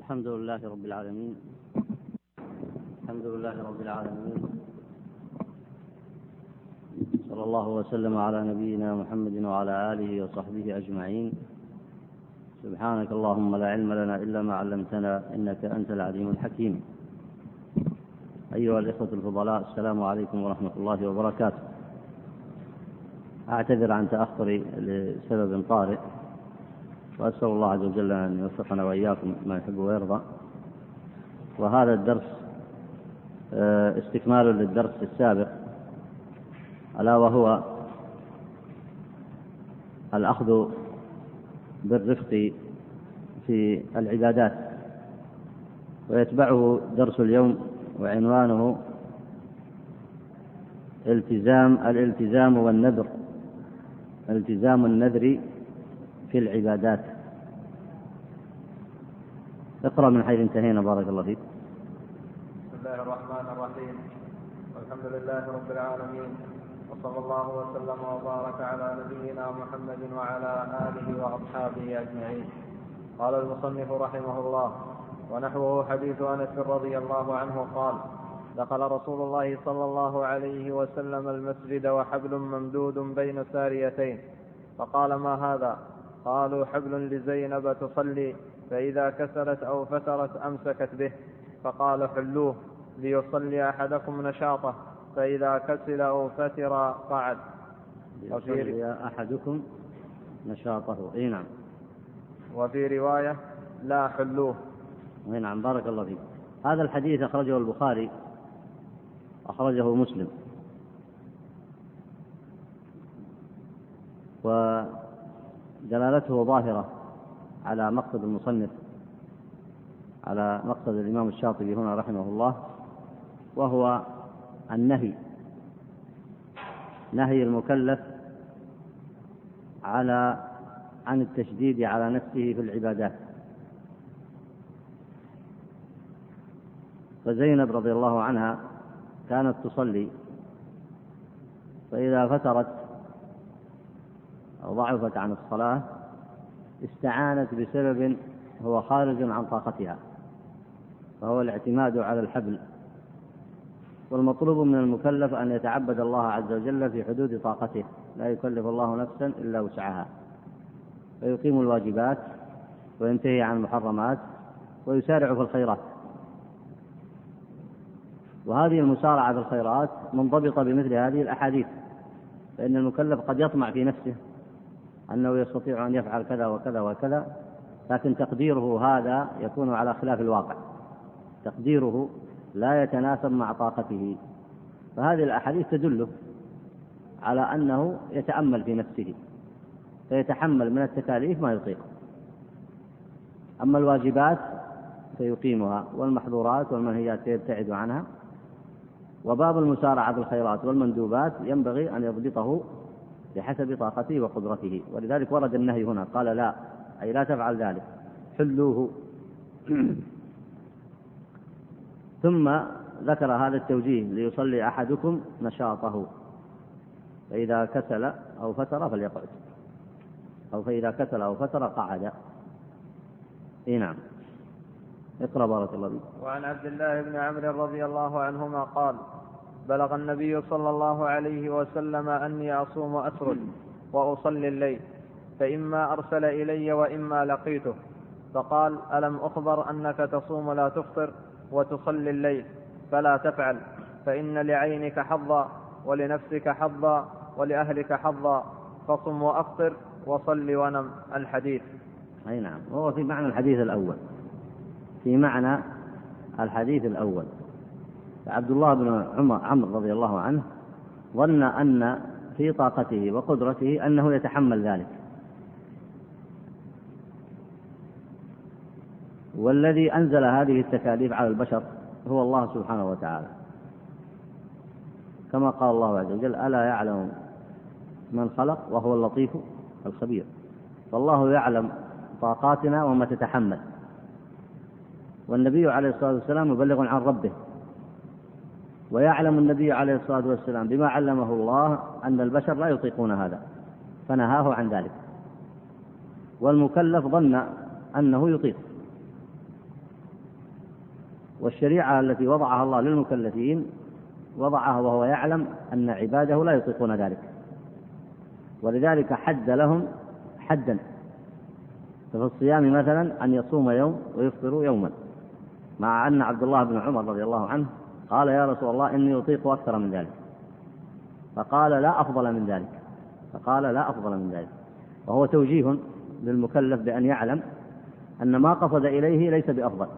الحمد لله رب العالمين. الحمد لله رب العالمين، صلى الله وسلم على نبينا محمد وعلى آله وصحبه أجمعين. سبحانك اللهم لا علم لنا إلا ما علمتنا إنك أنت العليم الحكيم. أيها الإخوة الفضلاء، السلام عليكم ورحمة الله وبركاته. أعتذر عن تأخري لسبب طارئ، وأسأل الله عز وجل أن يوفقنا وإياكم ما يحب ويرضى. وهذا الدرس استكمال للدرس السابق، ألا وهو الأخذ بالرفق في العبادات، ويتبعه درس اليوم وعنوانه الالتزام والنذر، التزام النذر في العبادات. اقرأ من حيث انتهينا، بارك الله فيك. بسم الله الرحمن الرحيم، والحمد لله رب العالمين، وصلى الله وسلم وبارك على نبينا محمد وعلى آله وأصحابه أجمعين. قال المصنف رحمه الله: ونحوه حديث أنس رضي الله عنه قال: دخل رسول الله صلى الله عليه وسلم المسجد وحبل ممدود بين ساريتين، فقال: ما هذا؟ قالوا: حبل لزينب تصلي، فإذا كسلت أو فترت أمسكت به. فقال: حلوه ليصلي أحدكم نشاطه، فإذا كسل أو فتر قعد. ليصلي أحدكم نشاطه. اي نعم. وفي رواية: لا حلوه. اي نعم، بارك الله فيك. هذا الحديث أخرجه البخاري، أخرجه مسلم، ودلالته ظاهرة على مقصد المصنف، على مقصد الإمام الشاطبي هنا رحمه الله، وهو النهي المكلف عن التشديد على نفسه في العبادات. فزينب رضي الله عنها كانت تصلي، فإذا فترت أو ضعفت عن الصلاة استعانت بسبب هو خارج عن طاقتها، فهو الاعتماد على الحبل. والمطلوب من المكلف أن يتعبد الله عز وجل في حدود طاقته، لا يكلف الله نفسا إلا وسعها، فيقيم الواجبات وينتهي عن المحرمات ويسارع في الخيرات. وهذه المسارعة في الخيرات منضبطة بمثل هذه الأحاديث، فإن المكلف قد يطمع في نفسه أنه يستطيع أن يفعل كذا وكذا وكذا، لكن تقديره هذا يكون على خلاف الواقع، تقديره لا يتناسب مع طاقته. فهذه الأحاديث تدله على أنه يتأمل في نفسه فيتحمل من التكاليف ما يطيق. أما الواجبات فيقيمها، والمحظورات والمنهيات فيبتعد عنها. وباب المسارعة بالخيرات والمندوبات ينبغي أن يضبطه بحسب طاقته وقدرته، ولذلك ورد النهي هنا، قال لا، أي لا تفعل ذلك، حلوه. ثم ذكر هذا التوجيه: ليصلي أحدكم نشاطه، فإذا كسل أو فتر فليقعد، أو فإذا كسل أو فتر قعد. نعم. اقرأ بارك الله فيك. وعن عبد الله بن عمرو رضي الله عنهما قال: بلغ النبي صلى الله عليه وسلم أني أصوم أسرد وأصلي الليل، فإما أرسل إلي وإما لقيته، فقال: ألم أخبر أنك تصوم لا تفطر وتصلي الليل؟ فلا تفعل، فإن لعينك حظا ولنفسك حظا ولأهلك حظا، فصم وأفطر وصل ونم. الحديث. أي نعم، وهو في معنى الحديث الأول، في معنى الحديث الأول. فعبد الله بن عمرو رضي الله عنه ظن أن في طاقته وقدرته أنه يتحمل ذلك، والذي أنزل هذه التكاليف على البشر هو الله سبحانه وتعالى، كما قال الله عز وجل: ألا يعلم من خلق وهو اللطيف الخبير. فالله يعلم طاقاتنا وما تتحمل، والنبي عليه الصلاة والسلام مبلغ عن ربه، ويعلم النبي عليه الصلاة والسلام بما علمه الله أن البشر لا يطيقون هذا، فنهاه عن ذلك. والمكلف ظن أنه يطيق، والشريعة التي وضعها الله للمكلفين وضعها وهو يعلم أن عباده لا يطيقون ذلك، ولذلك حد لهم حدا. ففي الصيام مثلا أن يصوم يوم ويفطر يوما، مع أن عبد الله بن عمر رضي الله عنه قال يا رسول الله إني أطيق أكثر من ذلك، فقال لا أفضل من ذلك. وهو توجيه للمكلف بأن يعلم أن ما قصد إليه ليس بأفضل،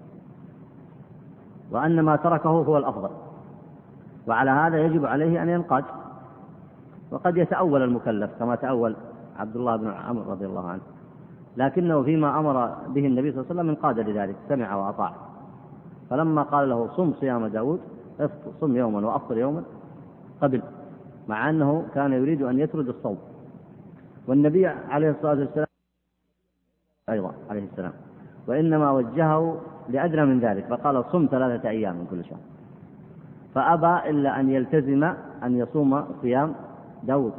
وأن ما تركه هو الأفضل، وعلى هذا يجب عليه أن ينقاد. وقد يتأول المكلف كما تأول عبد الله بن عمر رضي الله عنه، لكنه فيما أمر به النبي صلى الله عليه وسلم انقاد لذلك، سمع وأطاع. فلما قال له صم صيام داود، صم يوما وأفطر يوما، قبل، مع أنه كان يريد أن يترد الصوم. والنبي عليه الصلاة والسلام أيضا عليه السلام وإنما وجهه لأدنى من ذلك، فقال صم 3 أيام من كل شهر، فأبى إلا أن يلتزم أن يصوم صيام داود،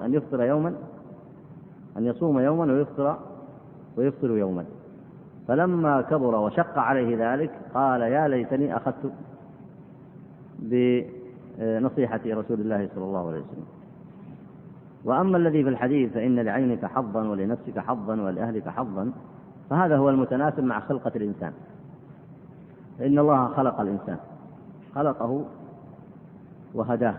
أن يصوم يوما ويفطر يوما. فلما كبر وشق عليه ذلك قال يا ليتني أخذت بنصيحة رسول الله صلى الله عليه وسلم. وأما الذي في الحديث فإن لعينك حظا ولنفسك حظا ولأهلك حظا، فهذا هو المتناسب مع خلقة الإنسان. فإن الله خلق الإنسان، خلقه وهداه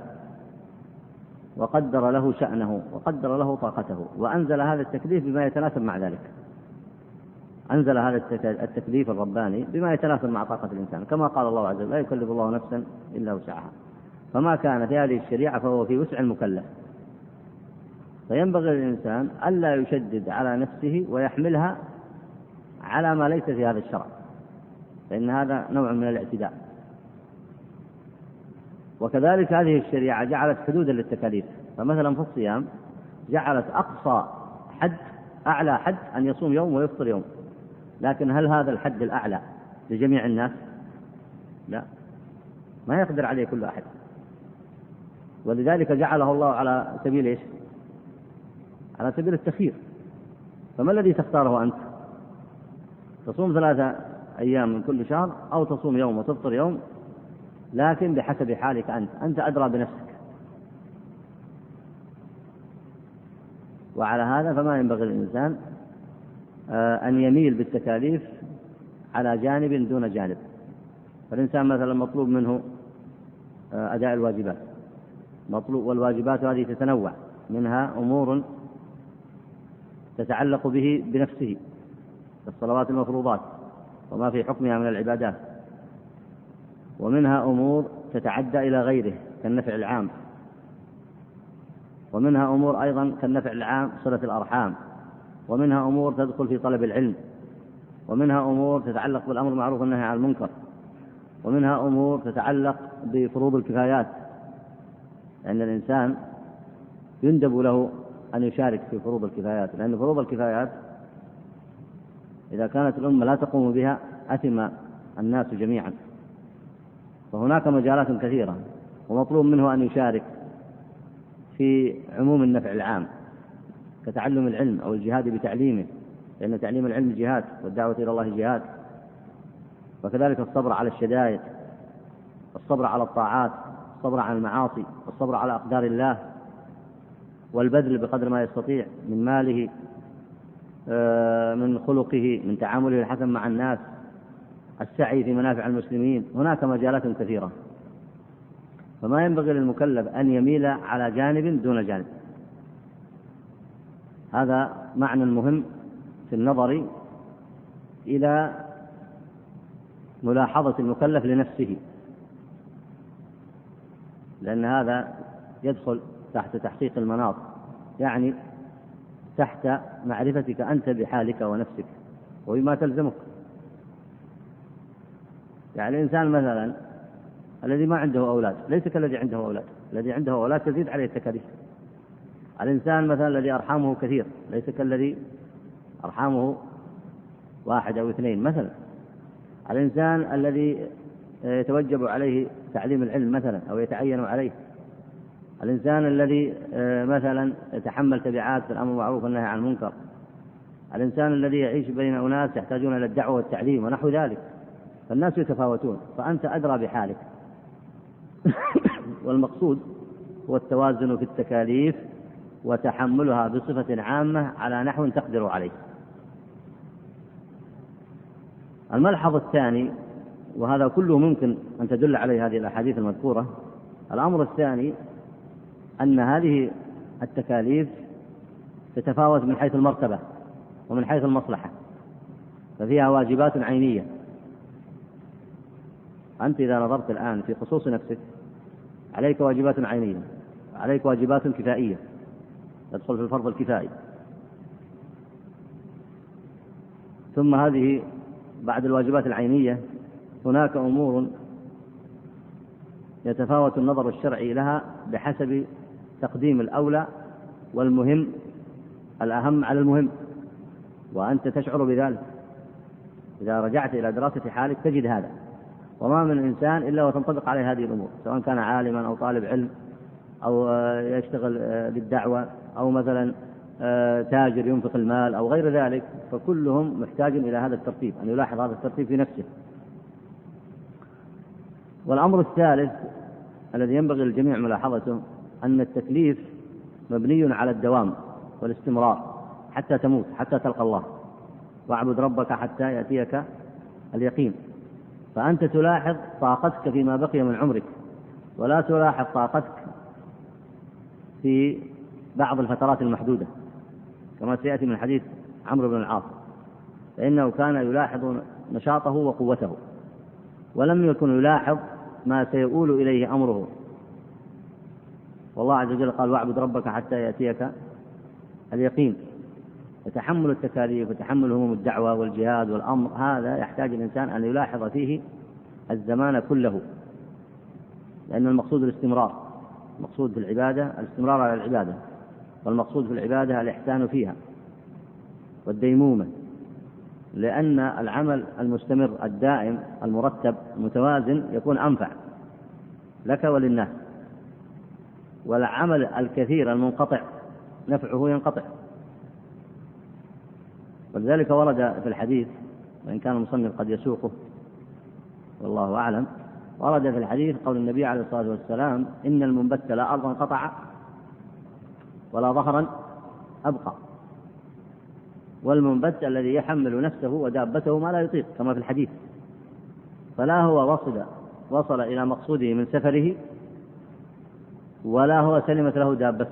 وقدر له شأنه وقدر له طاقته، وأنزل هذا التكليف بما يتناسب مع ذلك. أنزل هذا التكليف الرباني بما يتناسب مع طاقة الإنسان، كما قال الله عز وجل لا يكلف الله نفسا إلا وسعها. فما كان في هذه الشريعة فهو في وسع المكلف، فينبغي للإنسان ألا يشدد على نفسه ويحملها على ما ليس في هذا الشرع، فإن هذا نوع من الاعتداء. وكذلك هذه الشريعة جعلت حدودا للتكاليف، فمثلا في الصيام جعلت أقصى حد، أعلى حد أن يصوم يوم ويفطر يوم، لكن هل هذا الحد الأعلى لجميع الناس؟ لا، ما يقدر عليه كل أحد، ولذلك جعله الله على سبيل إيش؟ على سبيل التخيير. فما الذي تختاره أنت؟ تصوم 3 أيام من كل شهر، أو تصوم يوم وتفطر يوم، لكن بحسب حالك أنت أدرى بنفسك. وعلى هذا فما ينبغي للإنسان أن يميل بالتكاليف على جانب دون جانب. فالإنسان مثلا مطلوب منه أداء الواجبات، والواجبات هذه تتنوع، منها أمور تتعلق به بنفسه كالصلوات المفروضات وما في حكمها من العبادات، ومنها أمور تتعدى إلى غيره كالنفع العام، ومنها أمور أيضا كالنفع العام صلة الأرحام، ومنها أمور تدخل في طلب العلم، ومنها أمور تتعلق بالأمر المعروف والنهي عن المنكر، ومنها أمور تتعلق بفروض الكفايات، لأن الإنسان يندب له أن يشارك في فروض الكفايات، لأن فروض الكفايات إذا كانت الأمة لا تقوم بها أثم الناس جميعا. فهناك مجالات كثيرة، ومطلوب منه أن يشارك في عموم النفع العام كتعلم العلم أو الجهاد بتعليمه، لأن تعليم العلم جهاد والدعوة إلى الله جهاد. وكذلك الصبر على الشدائد، الصبر على الطاعات، الصبر على المعاصي، الصبر على أقدار الله، والبذل بقدر ما يستطيع من ماله، من خلقه، من تعامله الحسن مع الناس، السعي في منافع المسلمين. هناك مجالات كثيرة، فما ينبغي للمكلف أن يميل على جانب دون جانب. هذا معنى مهم في النظر إلى ملاحظة المكلف لنفسه، لأن هذا يدخل تحت تحقيق المناط، يعني تحت معرفتك أنت بحالك ونفسك وبما تلزمك. يعني الإنسان مثلا الذي ما عنده أولاد ليس كالذي عنده أولاد، الذي عنده أولاد تزيد عليه التكاليف. الإنسان مثلا الذي أرحامه كثير ليس كالذي أرحامه 1 أو 2 مثلا. الإنسان الذي يتوجب عليه تعليم العلم مثلا أو يتعين عليه، الإنسان الذي مثلا يتحمل تبعات في الأمر المعروف والنهي عن المنكر، الإنسان الذي يعيش بين أناس يحتاجون إلى الدعوة والتعليم ونحو ذلك. فالناس يتفاوتون، فأنت أدرى بحالك. والمقصود هو التوازن في التكاليف وتحملها بصفة عامة على نحو تقدر عليه. الملحظ الثاني، وهذا كله ممكن أن تدل عليه هذه الأحاديث المذكورة، الأمر الثاني أن هذه التكاليف تتفاوت من حيث المرتبة ومن حيث المصلحة، ففيها واجبات عينية. أنت إذا نظرت الآن في خصوص نفسك عليك واجبات عينية، عليك واجبات كفائية تدخل في الفرض الكفائي، ثم هذه بعد الواجبات العينية هناك أمور يتفاوت النظر الشرعي لها بحسب تقديم الأولى والمهم، الأهم على المهم، وأنت تشعر بذلك. إذا رجعت إلى دراسة حالك تجد هذا، وما من إنسان إلا وتنطبق عليه هذه الأمور، سواء كان عالما أو طالب علم أو يشتغل بالدعوة أو مثلا تاجر ينفق المال أو غير ذلك، فكلهم محتاج إلى هذا الترتيب، أن يلاحظ هذا الترتيب في نفسه. والأمر الثالث الذي ينبغي للجميع ملاحظته أن التكليف مبني على الدوام والاستمرار حتى تموت، حتى تلقى الله، واعبد ربك حتى يأتيك اليقين. فأنت تلاحظ طاقتك فيما بقي من عمرك، ولا تلاحظ طاقتك في بعض الفترات المحدودة، كما سيأتي من حديث عمرو بن العاص، فإنه كان يلاحظ نشاطه وقوته، ولم يكن يلاحظ ما سيؤول إليه أمره. والله عز وجل قال واعبد ربك حتى يأتيك اليقين. وتحمل التكاليف وتحمل هموم الدعوة والجهاد والأمر، هذا يحتاج الإنسان أن يلاحظ فيه الزمان كله، لأن المقصود الاستمرار، المقصود في العبادة الاستمرار على العبادة، والمقصود في العبادة الإحسان فيها والديمومة، لأن العمل المستمر الدائم المرتب المتوازن يكون أنفع لك وللناس، والعمل الكثير المنقطع نفعه ينقطع. ولذلك ورد في الحديث، وإن كان المصنف قد يسوقه والله أعلم، ورد في الحديث قول النبي عليه الصلاة والسلام إن المنبت لا أرضا قطع ولا ظهرا أبقى، والمنبت الذي يحمل نفسه ودابته ما لا يطيق كما في الحديث، فلا هو وصل إلى مقصوده من سفره، ولا هو سلمت له دابته.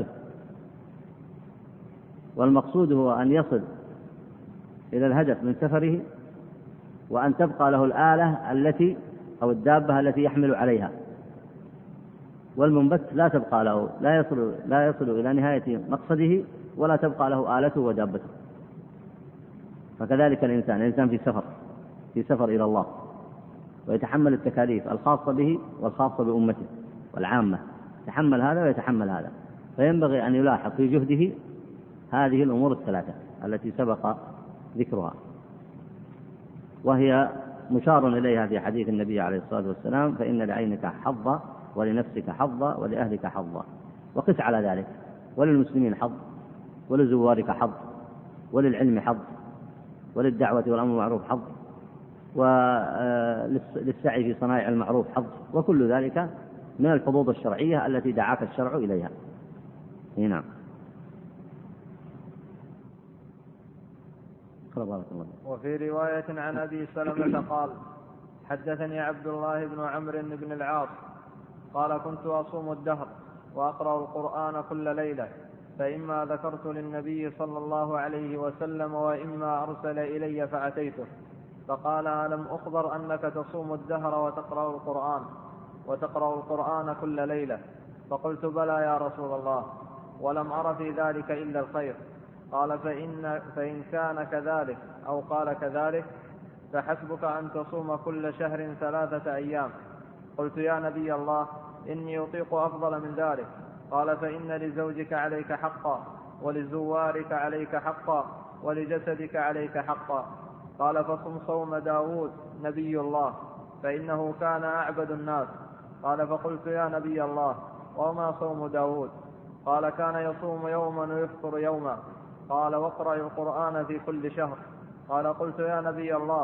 والمقصود هو أن يصل إلى الهدف من سفره، وأن تبقى له الآلة التي أو الدابة التي يحمل عليها. والمنبت لا تبقى له، لا يصل إلى نهاية مقصده، ولا تبقى له آلته ودابته. فكذلك الإنسان في سفر إلى الله، ويتحمل التكاليف الخاصة به والخاصة بأمته والعامة، يتحمل هذا ويتحمل هذا، فينبغي أن يلاحظ في جهده هذه الأمور الثلاثة التي سبق ذكرها، وهي مشار إليها في حديث النبي عليه الصلاة والسلام فإن لعينك حظا ولنفسك حظا ولأهلك حظا، وقس على ذلك، وللمسلمين حظ، ولزوارك حظ، وللعلم حظ، وللدعوة والأمر بالمعروف حظ، وللسعي في صنائع المعروف حظ، وكل ذلك من الحظوظ الشرعية التي دعاك الشرع إليها. نعم. وفي رواية عن أبي سلمة قال حدثني عبد الله بن عمرو بن العاص قال كنت أصوم الدهر وأقرأ القرآن كل ليلة، فإما ذكرت للنبي صلى الله عليه وسلم وإما أرسل إلي فأتيته فقال ألم أخبر أنك تصوم الدهر وتقرأ القرآن كل ليلة؟ فقلت بلى يا رسول الله، ولم أر في ذلك إلا الخير. قال فإن كان كذلك أو قال كذلك فحسبك أن تصوم كل شهر 3 أيام. قلت يا نبي الله إني أطيق أفضل من ذلك. قال فإن لزوجك عليك حقا، ولزوارك عليك حقا، ولجسدك عليك حقا. قال فصم صوم داود نبي الله فإنه كان أعبد الناس. قال فقلت يا نبي الله وما صوم داود؟ قال كان يصوم يوما ويفطر يوما. قال واقرأ القرآن في كل شهر. قال قلت يا نبي الله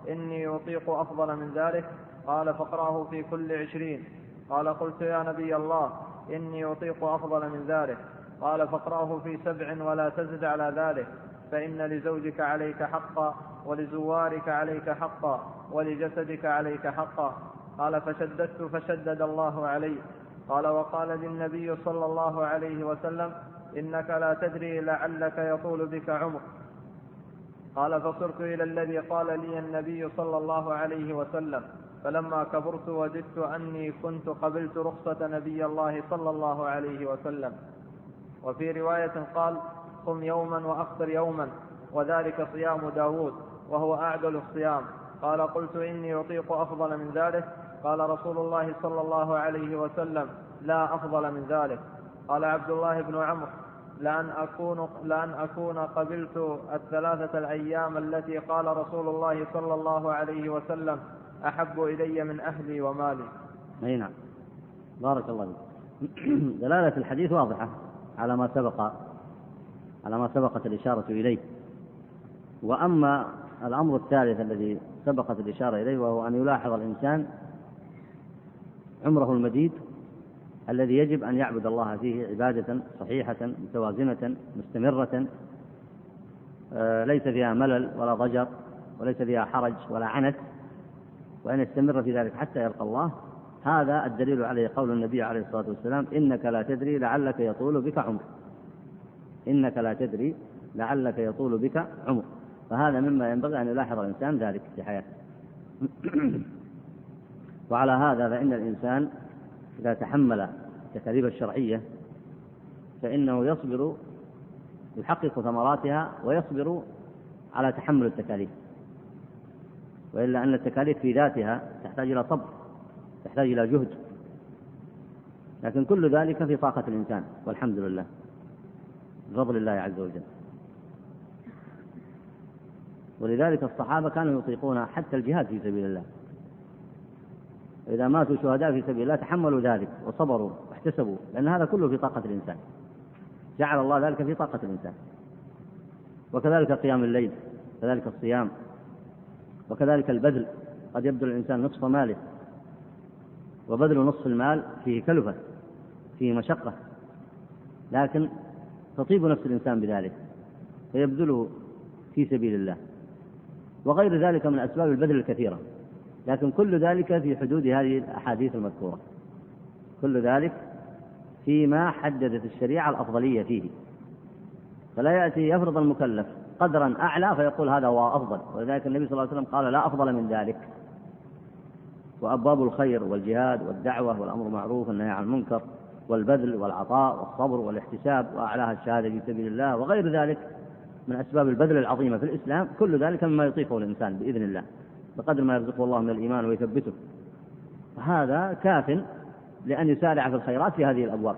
إني أطيق أفضل من ذلك؟ قال فاقرأه في كل 20. قال قلت يا نبي الله إني أطيق أفضل من ذلك. قال فاقرأه في 7 ولا تزد على ذلك، فإن لزوجك عليك حقا، ولزوارك عليك حقا، ولجسدك عليك حقا. قال فشددت فشدد الله علي. قال وقال للنبي صلى الله عليه وسلم إنك لا تدري لعلك يطول بك عمر. قال فصرت إلى الذي قال لي النبي صلى الله عليه وسلم، فلما كبرت وجدت أني كنت قبلت رخصة نبي الله صلى الله عليه وسلم. وفي رواية قال صم يوما وأفطر يوما، وذلك صيام داود وهو أعدل الصيام. قال قلت إني أطيق أفضل من ذلك. قال رسول الله صلى الله عليه وسلم لا أفضل من ذلك. قال عبد الله بن عمرو لأن أكون قبلت 3 الأيام التي قال رسول الله صلى الله عليه وسلم أحب إلي من أهلي ومالي. أي نعم، بارك الله فيك. دلالة الحديث واضحة على ما سبقت الإشارة إليه. وأما الأمر الثالث الذي سبقت الإشارة إليه، وهو أن يلاحظ الإنسان عمره المديد الذي يجب أن يعبد الله فيه عبادة صحيحة متوازنة مستمرة، ليس فيها ملل ولا ضجر وليس فيها حرج ولا عنت، وأن يستمر في ذلك حتى يلقى الله. هذا الدليل عليه قول النبي عليه الصلاة والسلام إنك لا تدري لعلك يطول بك عمر. إنك لا تدري لعلك يطول بك عمر. فهذا مما ينبغي أن يلاحظ الإنسان ذلك في حياته. وعلى هذا فإن الإنسان إذا تحمل التكاليف الشرعية فإنه يصبر، يحقق ثمراتها ويصبر على تحمل التكاليف. وإلا أن التكاليف في ذاتها تحتاج إلى صبر، تحتاج إلى جهد، لكن كل ذلك في طاقة الإنسان، والحمد لله بفضل الله عز وجل. ولذلك الصحابة كانوا يطيقون حتى الجهاد في سبيل الله، إذا ماتوا شهداء في سبيل الله تحملوا ذلك وصبروا واحتسبوا، لأن هذا كله في طاقة الإنسان، جعل الله ذلك في طاقة الإنسان. وكذلك قيام الليل، كذلك الصيام، وكذلك البذل. قد يبذل الإنسان نصف ماله، وبذل نصف المال فيه كلفة، فيه مشقة، لكن تطيب نفس الإنسان بذلك فيبذله في سبيل الله. وغير ذلك من أسباب البذل الكثيرة، لكن كل ذلك في حدود هذه الأحاديث المذكورة، كل ذلك فيما حددت الشريعة الأفضلية فيه. فلا يأتي يفرض المكلف قدرا أعلى فيقول هذا هو أفضل. ولذلك النبي صلى الله عليه وسلم قال لا أفضل من ذلك. وأبواب الخير والجهاد والدعوة والأمر معروف والنهي عن المنكر والبذل والعطاء والصبر والاحتساب وأعلاها الشهادة في سبيل الله وغير ذلك من أسباب البذل العظيمة في الإسلام، كل ذلك مما يطيقه الإنسان بإذن الله بقدر ما يرزقه الله من الإيمان ويثبته. هذا كاف لأن يسارع في الخيرات في هذه الأبواب،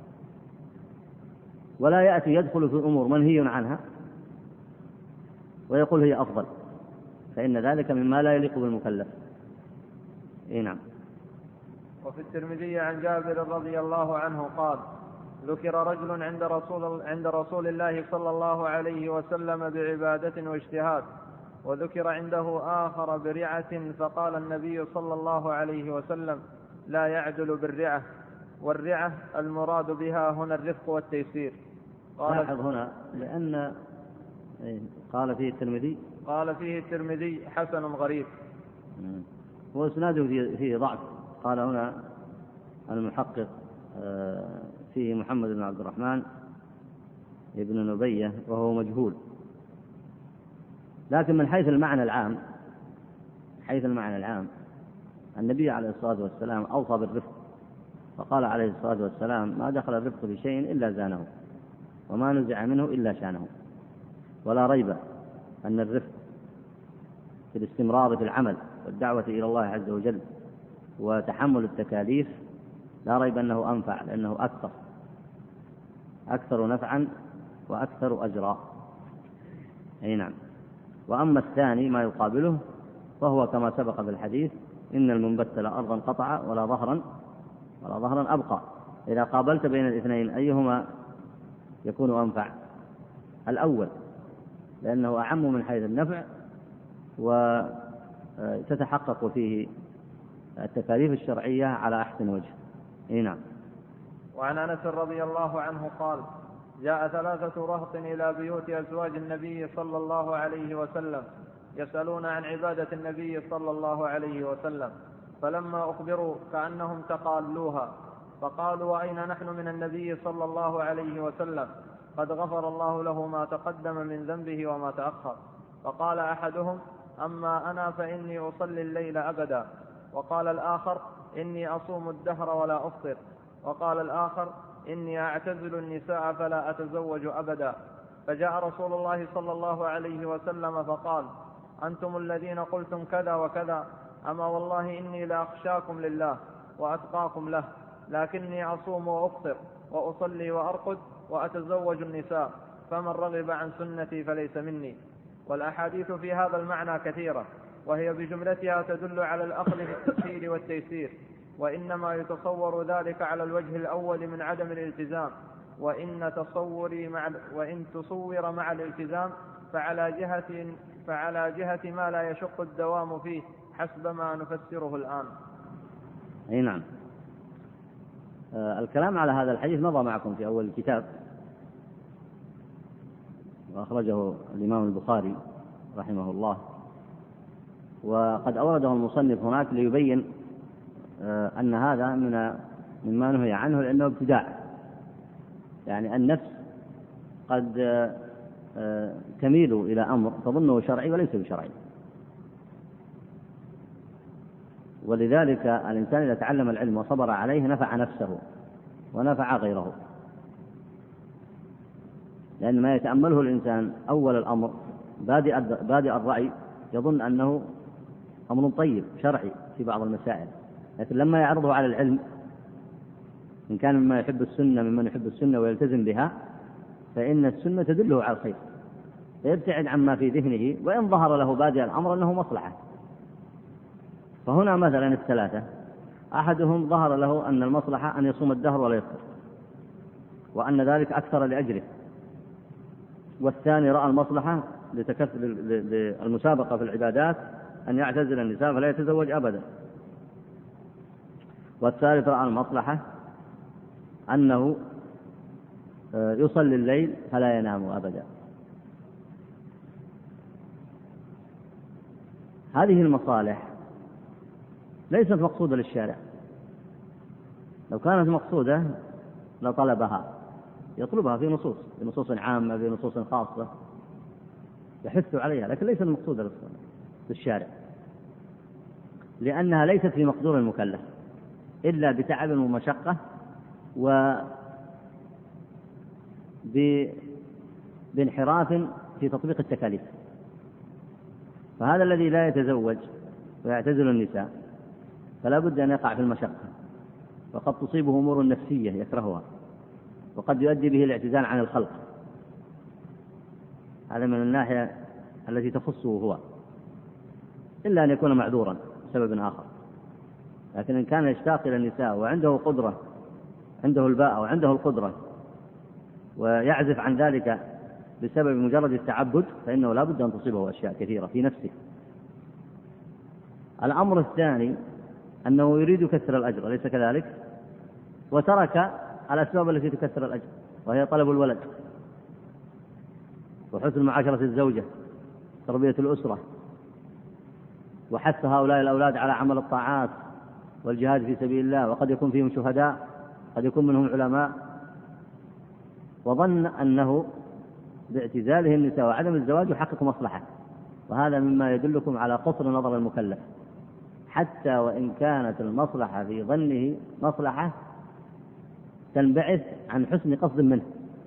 ولا يأتي يدخل في أمور منهي عنها ويقول هي أفضل، فإن ذلك مما لا يليق بالمكلف. نعم. وفي الترمذي عن جابر رضي الله عنه قال ذكر رجل عند رسول الله صلى الله عليه وسلم بعبادة واجتهاد، وذكر عنده آخر برعة، فقال النبي صلى الله عليه وسلم لا يعدل بالرعة، والرعة المراد بها هنا الرفق والتيسير. لاحظ هنا لأن قال فيه الترمذي حسن غريب، وإسناده فيه ضعف. قال هنا المحقق فيه محمد بن عبد الرحمن ابن نبية وهو مجهول، لكن من حيث المعنى العام النبي عليه الصلاة والسلام أوصى بالرفق، فقال عليه الصلاة والسلام ما دخل الرفق بشيء إلا زانه وما نزع منه إلا شانه. ولا ريب أن الرفق في الاستمرار في العمل والدعوة إلى الله عز وجل وتحمل التكاليف لا ريب أنه أنفع، لأنه أكثر نفعا وأكثر أجرا. أي نعم. وأما الثاني ما يقابله فهو كما سبق في الحديث إن المنبت لا أرضا قطع ولا ظهرا أبقى. إذا قابلت بين الاثنين أيهما يكون أنفع؟ الأول، لأنه أعم من حيث النفع تتحقق فيه التكاليف الشرعية على أحسن وجه. نعم. وعن أنس رضي الله عنه قال: جاء 3 رهط إلى بيوت أزواج النبي صلى الله عليه وسلم يسألون عن عبادة النبي صلى الله عليه وسلم، فلما أخبروا كأنهم تقالوها، فقالوا: وأين نحن من النبي صلى الله عليه وسلم؟ قد غفر الله له ما تقدم من ذنبه وما تأخر. فقال أحدهم: أما أنا فإني أصلي الليل أبدا. وقال الآخر: إني أصوم الدهر ولا أفطر. وقال الآخر: إني أعتزل النساء فلا أتزوج أبدا. فجاء رسول الله صلى الله عليه وسلم فقال: أنتم الذين قلتم كذا وكذا، أما والله إني لأخشاكم لله وأتقاكم له، لكني أصوم وأفطر وأصلي وأرقد وأتزوج النساء، فمن رغب عن سنتي فليس مني. والأحاديث في هذا المعنى كثيرة، وهي بجملتها تدل على الأخذ بالتسهيل والتيسير، وإنما يتصور ذلك على الوجه الأول من عدم الالتزام، وإن تصور مع الالتزام فعلى جهة ما لا يشق الدوام فيه، حسب ما نفسره الآن. أي نعم. الكلام على هذا الحديث مضى معكم في أول الكتاب، وأخرجه الإمام البخاري رحمه الله، وقد أورده المصنف هناك ليبين أن هذا مما نهي عنه، لأنه ابتداع. يعني النفس قد تميل إلى أمر تظنه شرعي وليس بشرعي، ولذلك الإنسان إذا تعلم العلم وصبر عليه نفع نفسه ونفع غيره، لأن ما يتأمله الإنسان أول الأمر بادئ الرأي يظن أنه أمر طيب شرعي في بعض المسائل، لكن لما يعرضه على العلم، إن كان ممن يحب السنة ويلتزم بها، فإن السنة تدله على الخير، فيبتعد عما في ذهنه، وإن ظهر له بادئ الأمر أنه مصلحة. فهنا مثلا 3، أحدهم ظهر له أن المصلحة أن يصوم الدهر ولا يفطر، وأن ذلك أكثر لأجره، والثاني رأى المصلحة للمسابقة في العبادات أن يعتزل النساء فلا يتزوج أبدا، والثالث رأى المصلحة أنه يصلي الليل فلا ينام أبدا. هذه المصالح ليست مقصودة للشارع، لو كانت مقصودة لطلبها، يطلبها في نصوص عامة، في نصوص خاصة يحث عليها، لكن ليست مقصودة للشارع، لأنها ليست في مقدور المكلف إلا بتعب ومشقة بانحراف في تطبيق التكاليف. فهذا الذي لا يتزوج ويعتزل النساء فلا بد أن يقع في المشقة، وقد تصيبه أمور نفسية يكرهها، وقد يؤدي به الاعتزال عن الخلق. هذا من الناحية التي تخصه هو، إلا أن يكون معذورا بسبب آخر. لكن إن كان يشتاق إلى النساء وعنده قدرة، عنده الباء وعنده القدرة، ويعزف عن ذلك بسبب مجرد التعبد، فإنه لا بد أن تصيبه أشياء كثيرة في نفسه. الأمر الثاني أنه يريد كسر الأجر، أليس كذلك؟ وترك الأسباب التي تكسر الأجر، وهي طلب الولد وحسن معاشرة الزوجة، تربية الأسرة، وحث هؤلاء الأولاد على عمل الطاعات والجهاد في سبيل الله، وقد يكون فيهم شهداء، قد يكون منهم علماء، وظن أنه باعتزاله النساء وعدم الزواج يحقق مصلحة. وهذا مما يدلكم على قصر نظر المكلف، حتى وإن كانت المصلحة في ظنه مصلحة تنبعث عن حسن قصد منه.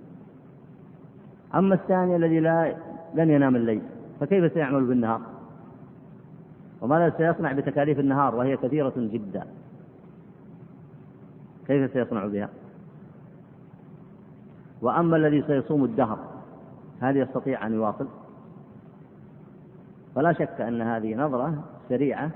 أما الثاني الذي لن ينام الليل، فكيف سيعمل بالنهار؟ وماذا سيصنع بتكاليف النهار وهي كثيرة جدا؟ كيف سيصنع بها؟ وأما الذي سيصوم الدهر، هل يستطيع أن يواصل؟ فلا شك أن هذه نظرة سريعة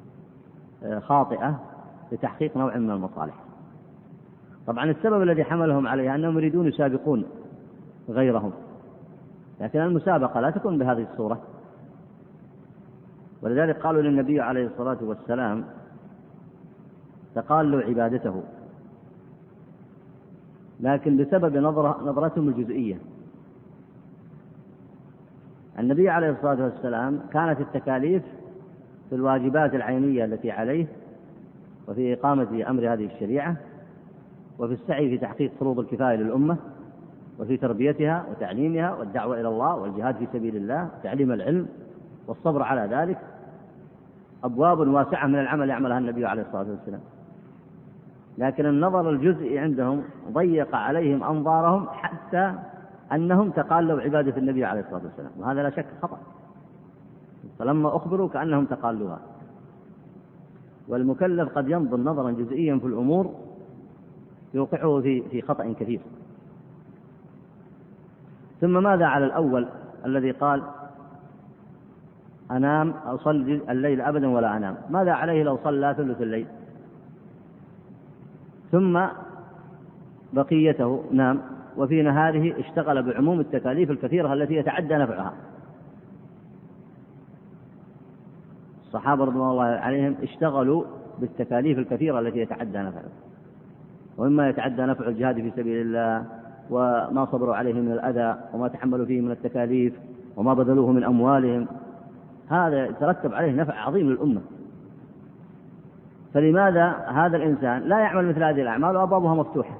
خاطئة لتحقيق نوع من المصالح. طبعا السبب الذي حملهم عليها أنهم يريدون يسابقون غيرهم، لكن المسابقة لا تكون بهذه الصورة. ولذلك قالوا للنبي عليه الصلاة والسلام تقالوا عبادته، لكن بسبب نظرتهم الجزئية. النبي عليه الصلاة والسلام كانت التكاليف في الواجبات العينية التي عليه، وفي إقامة أمر هذه الشريعة، وفي السعي في تحقيق فروض الكفاية للأمة، وفي تربيتها وتعليمها والدعوة إلى الله والجهاد في سبيل الله وتعليم العلم والصبر على ذلك. أبواب واسعة من العمل يعملها النبي عليه الصلاة والسلام، لكن النظر الجزئي عندهم ضيق عليهم أنظارهم حتى أنهم تقالوا عبادة النبي عليه الصلاة والسلام، وهذا لا شك خطأ. فلما أخبروا كأنهم تقالوها. والمكلف قد ينظر نظرا جزئيا في الأمور يوقعه في خطأ كثير. ثم ماذا على الأول الذي قال أنام أصلي الليل أبدا ولا أنام؟ ماذا عليه لو صلى ثلث الليل ثم بقيته نام، وفي نهاره اشتغل بعموم التكاليف الكثيرة التي يتعدى نفعها؟ الصحابة رضوان الله عليهم اشتغلوا بالتكاليف الكثيرة التي يتعدى نفعها، ومما يتعدى نفع الجهاد في سبيل الله وما صبروا عليه من الأذى وما تحملوا فيه من التكاليف وما بذلوه من أموالهم، هذا يترتب عليه نفع عظيم للأمة. فلماذا هذا الإنسان لا يعمل مثل هذه الأعمال وأبوابها مفتوحة؟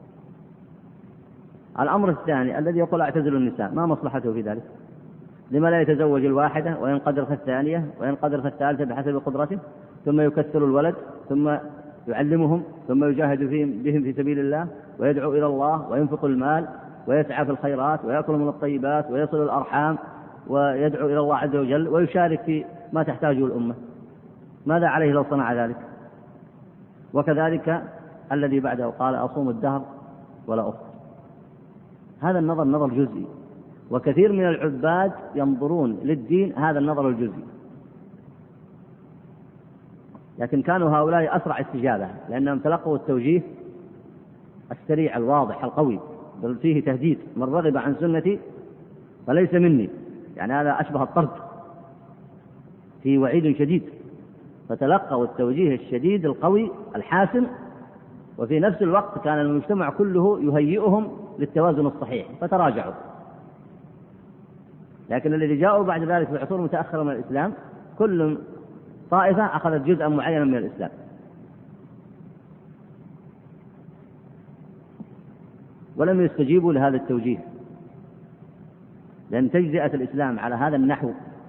الأمر الثاني الذي يقول أعتزل النساء، ما مصلحته في ذلك؟ لما لا يتزوج الواحدة وينقدر في الثانية وينقدر في الثالثة بحسب قدرته، ثم يكثر الولد، ثم يعلمهم، ثم يجاهد بهم في سبيل الله، ويدعو إلى الله، وينفق المال، ويسعى في الخيرات، ويأكل من الطيبات، ويصل الأرحام، ويدعو إلى الله عز وجل، ويشارك في ما تحتاجه الأمة. ماذا عليه لو صنع ذلك؟ وكذلك الذي بعده قال أصوم الدهر ولا أفطر. هذا النظر نظر جزئي، وكثير من العباد ينظرون للدين هذا النظر الجزئي، لكن كانوا هؤلاء أسرع استجابة لأنهم تلقوا التوجيه السريع الواضح القوي، بل فيه تهديد: من رغب عن سنتي فليس مني، يعني هذا أشبه الطرد، فيه وعيد شديد. فتلقوا التوجيه الشديد القوي الحاسم، وفي نفس الوقت كان المجتمع كله يهيئهم للتوازن الصحيح فتراجعوا. لكن الذي جاءوا بعد ذلك في عصور متأخرة من الإسلام كل طائفة أخذت جزءا معينا من الإسلام. ولم يستجيبوا لهذا التوجيه، لأن تجزئة الإسلام على هذا النحو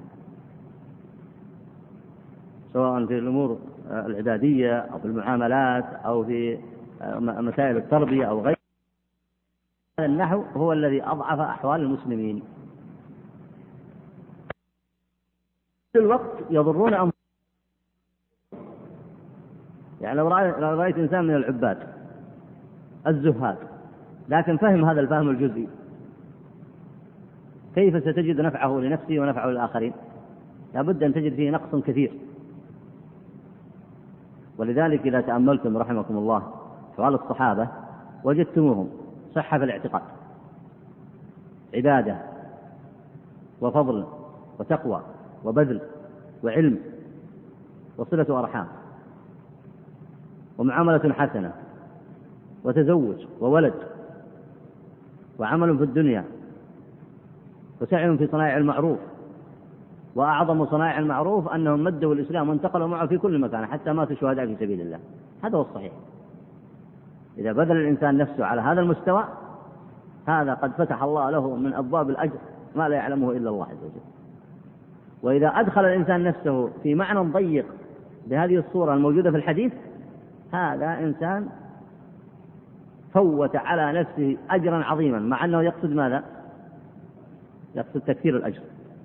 سواء في الأمور العبادية أو في المعاملات أو في مسائل التربية أو غيرها، هذا النحو هو الذي أضعف أحوال المسلمين. في الوقت يضرون أنفسهم. يعني لو رأيت إنسان من العباد الزهاد لكن فهم هذا الفهم الجزئي، كيف ستجد نفعه لنفسه ونفعه للآخرين؟ لابد أن تجد فيه نقص كثير. ولذلك إذا تأملتم رحمكم الله أحوال الصحابة وجدتموهم صحة في الاعتقاد، عبادة وفضل وتقوى وبذل وعلم وصلة أرحام ومعاملة حسنة وتزوج وولد وعمل في الدنيا وسعي في صناعة المعروف. وأعظم صناعة المعروف أنهم مدوا الإسلام وانتقلوا معه في كل مكان حتى ماتوا شهداء في سبيل الله. هذا هو الصحيح. إذا بذل الإنسان نفسه على هذا المستوى هذا قد فتح الله له من أبواب الأجر ما لا يعلمه إلا الله عز وجل. وإذا أدخل الإنسان نفسه في معنى ضيق بهذه الصورة الموجودة في الحديث هذا إنسان فوت على نفسه أجرا عظيما، مع أنه يقصد ماذا؟ يقصد تكثير الأجر.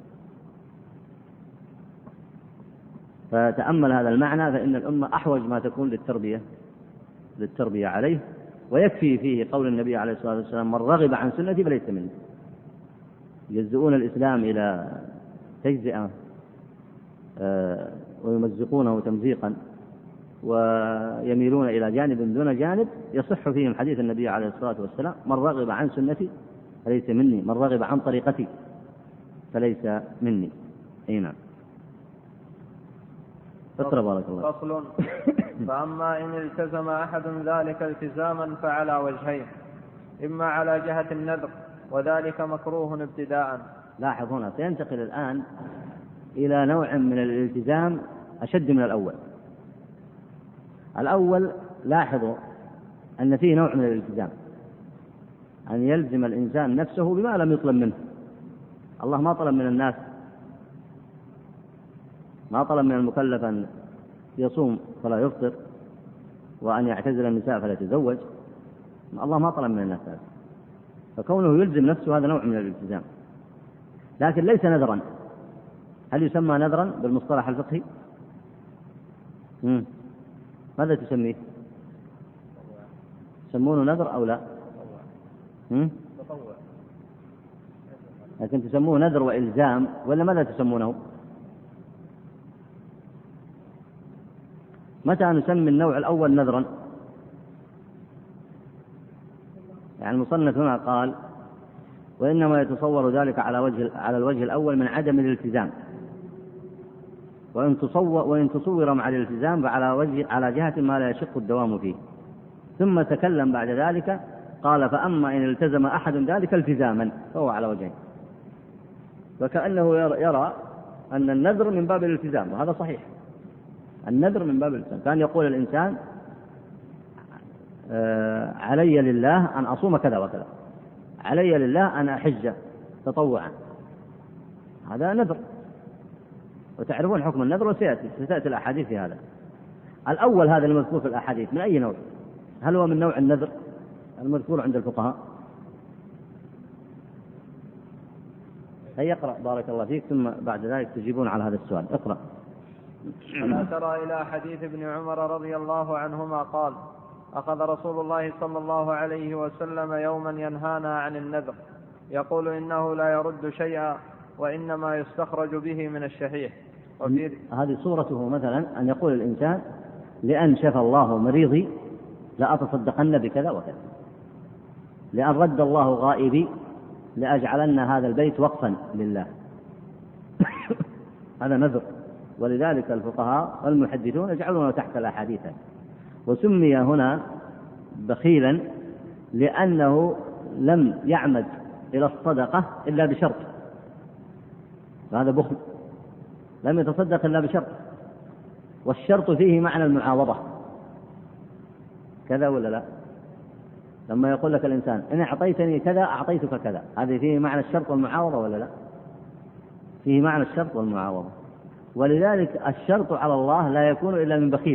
فتأمل هذا المعنى، فإن الأمة أحوج ما تكون للتربية عليه. ويكفي فيه قول النبي عليه الصلاة والسلام: من رغب عن سنتي فليس مني. يجزئون الإسلام إلى تجزئة ويمزقونه تمزيقا ويميلون إلى جانب دون جانب. يصح فيهم حديث النبي عليه الصلاة والسلام: من رغب عن سنتي فليس مني، من رغب عن طريقتي فليس مني. أي نعم. بارك الله. فصل. فأما إن التزم أحد ذلك التزاما فعلى وجهين: إما على جهة النذر وذلك مكروه ابتداء. لاحظ هنا سينتقل الآن إلى نوع من الالتزام أشد من الأول. الأول لاحظوا أن فيه نوع من الالتزام، أن يلزم الإنسان نفسه بما لم يطلب منه. الله ما طلب من الناس، ما طلب من المكلف أن يصوم فلا يفطر وأن يعتزل النساء فلا يتزوج. الله ما طلب من الناس هذا، فكونه يلزم نفسه هذا نوع من الالتزام، لكن ليس نذرا. هل يسمى نذرا بالمصطلح الفقهي؟ ماذا تسميه؟ يسمونه نذر أو لا؟ لكن تسموه نذر وإلزام ولا ماذا تسمونه؟ متى نسمي النوع الأول نذرا؟ يعني المصنف هنا قال: وإنما يتصور ذلك على الوجه الأول من عدم الالتزام، وإن تصور مع الالتزام على جهة ما لا يشق الدوام فيه. ثم تكلم بعد ذلك قال: فأما إن التزم أحد ذلك التزاما فهو على وجهين. وكأنه يرى أن النذر من باب الالتزام، وهذا صحيح. النذر من باب الالتزام. كان يقول الإنسان: علي لله أن أصوم كذا وكذا، علي لله أن أحج تطوعا، هذا نذر، وتعرفون حكم النذر وستأتي الأحاديث في هذا. الأول هذا المذكور في الأحاديث من أي نوع؟ هل هو من نوع النذر المذكور عند الفقهاء؟ هيا اقرأ بارك الله فيك، ثم بعد ذلك تجيبون على هذا السؤال. اقرأ. ألا ترى إلى حديث ابن عمر رضي الله عنهما قال: أخذ رسول الله صلى الله عليه وسلم يوما ينهانا عن النذر، يقول: إنه لا يرد شيئا وإنما يستخرج به من الشحيح. هذه صورته مثلا أن يقول الإنسان: لأن شفى الله مريضي لأتصدقن بكذا وكذا، لأن رد الله غائبي لأجعلن هذا البيت وقفا لله. هذا نذر، ولذلك الفقهاء والمحدثون يجعلونه تحت الأحاديث. وسمي هنا بخيلا لأنه لم يعمد إلى الصدقة إلا بشرط، وهذا بخل، لم يتصدق إلا بشرط، والشرط فيه معنى المعاوضة، كذا ولا لا؟ لما يقول لك الإنسان: إن أعطيتني كذا أعطيتك كذا، هذه فيه معنى الشرط والمعاوضة ولا لا؟ فيه معنى الشرط والمعاوضة. ولذلك الشرط على الله لا يكون إلا من بخيل.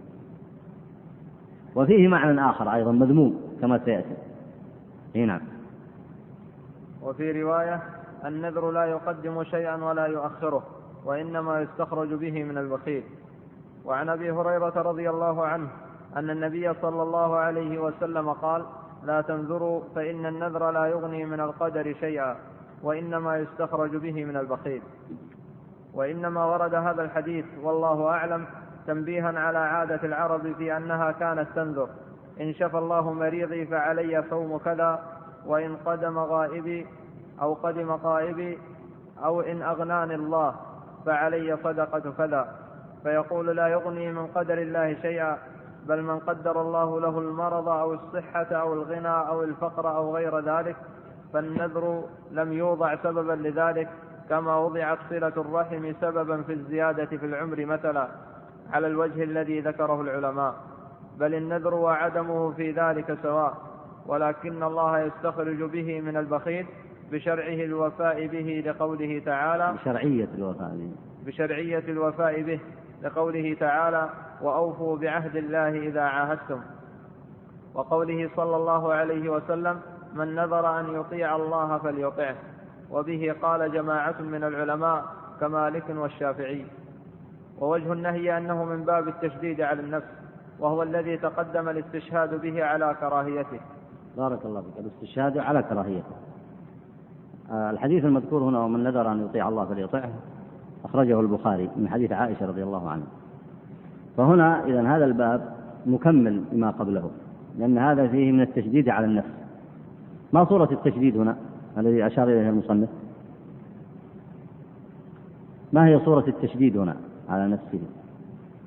وفيه معنى آخر أيضا مذموم كما سيأتي. نعم. وفي رواية: النذر لا يقدم شيئا ولا يؤخره، وإنما يستخرج به من البخيل. وعن أبي هريرة رضي الله عنه أن النبي صلى الله عليه وسلم قال: لا تنذروا فإن النذر لا يغني من القدر شيئا، وإنما يستخرج به من البخيل. وإنما ورد هذا الحديث والله أعلم تنبيها على عادة العرب في أنها كانت تنذر: إن شفى الله مريضي فعلي صوم كذا، وإن قدم غائبي أو قدم غائبي، أو إن أغناني الله فعلي صدقة كذا. فيقول: لا يغني من قدر الله شيئا، بل من قدر الله له المرض أو الصحة أو الغنى أو الفقر أو غير ذلك، فالنذر لم يوضع سببا لذلك، كما وضعت صلة الرحم سببا في الزيادة في العمر مثلا، على الوجه الذي ذكره العلماء، بل النذر وعدمه في ذلك سواء، ولكن الله يستخرج به من البخيل بشرعه الوفاء به لقوله تعالى: بشرعية الوفاء به لقوله تعالى: وأوفوا بعهد الله إذا عاهدتم. وقوله صلى الله عليه وسلم: من نذر أن يطيع الله فليطعه. وبه قال جماعة من العلماء كمالك والشافعي. ووجه النهي أنه من باب التشديد على النفس، وهو الذي تقدم الاستشهاد به على كراهيته. بارك الله فيك. الاستشهاد على كراهيته. الحديث المذكور هنا: ومن نذر أن يطيع الله فليطعه، أخرجه البخاري من حديث عائشة رضي الله عنها. فهنا إذن هذا الباب مكمل لما قبله، لأن هذا فيه من التشديد على النفس. ما صورة التشديد هنا الذي أشار إليه المصنف؟ ما هي صورة التشديد هنا على نفسه؟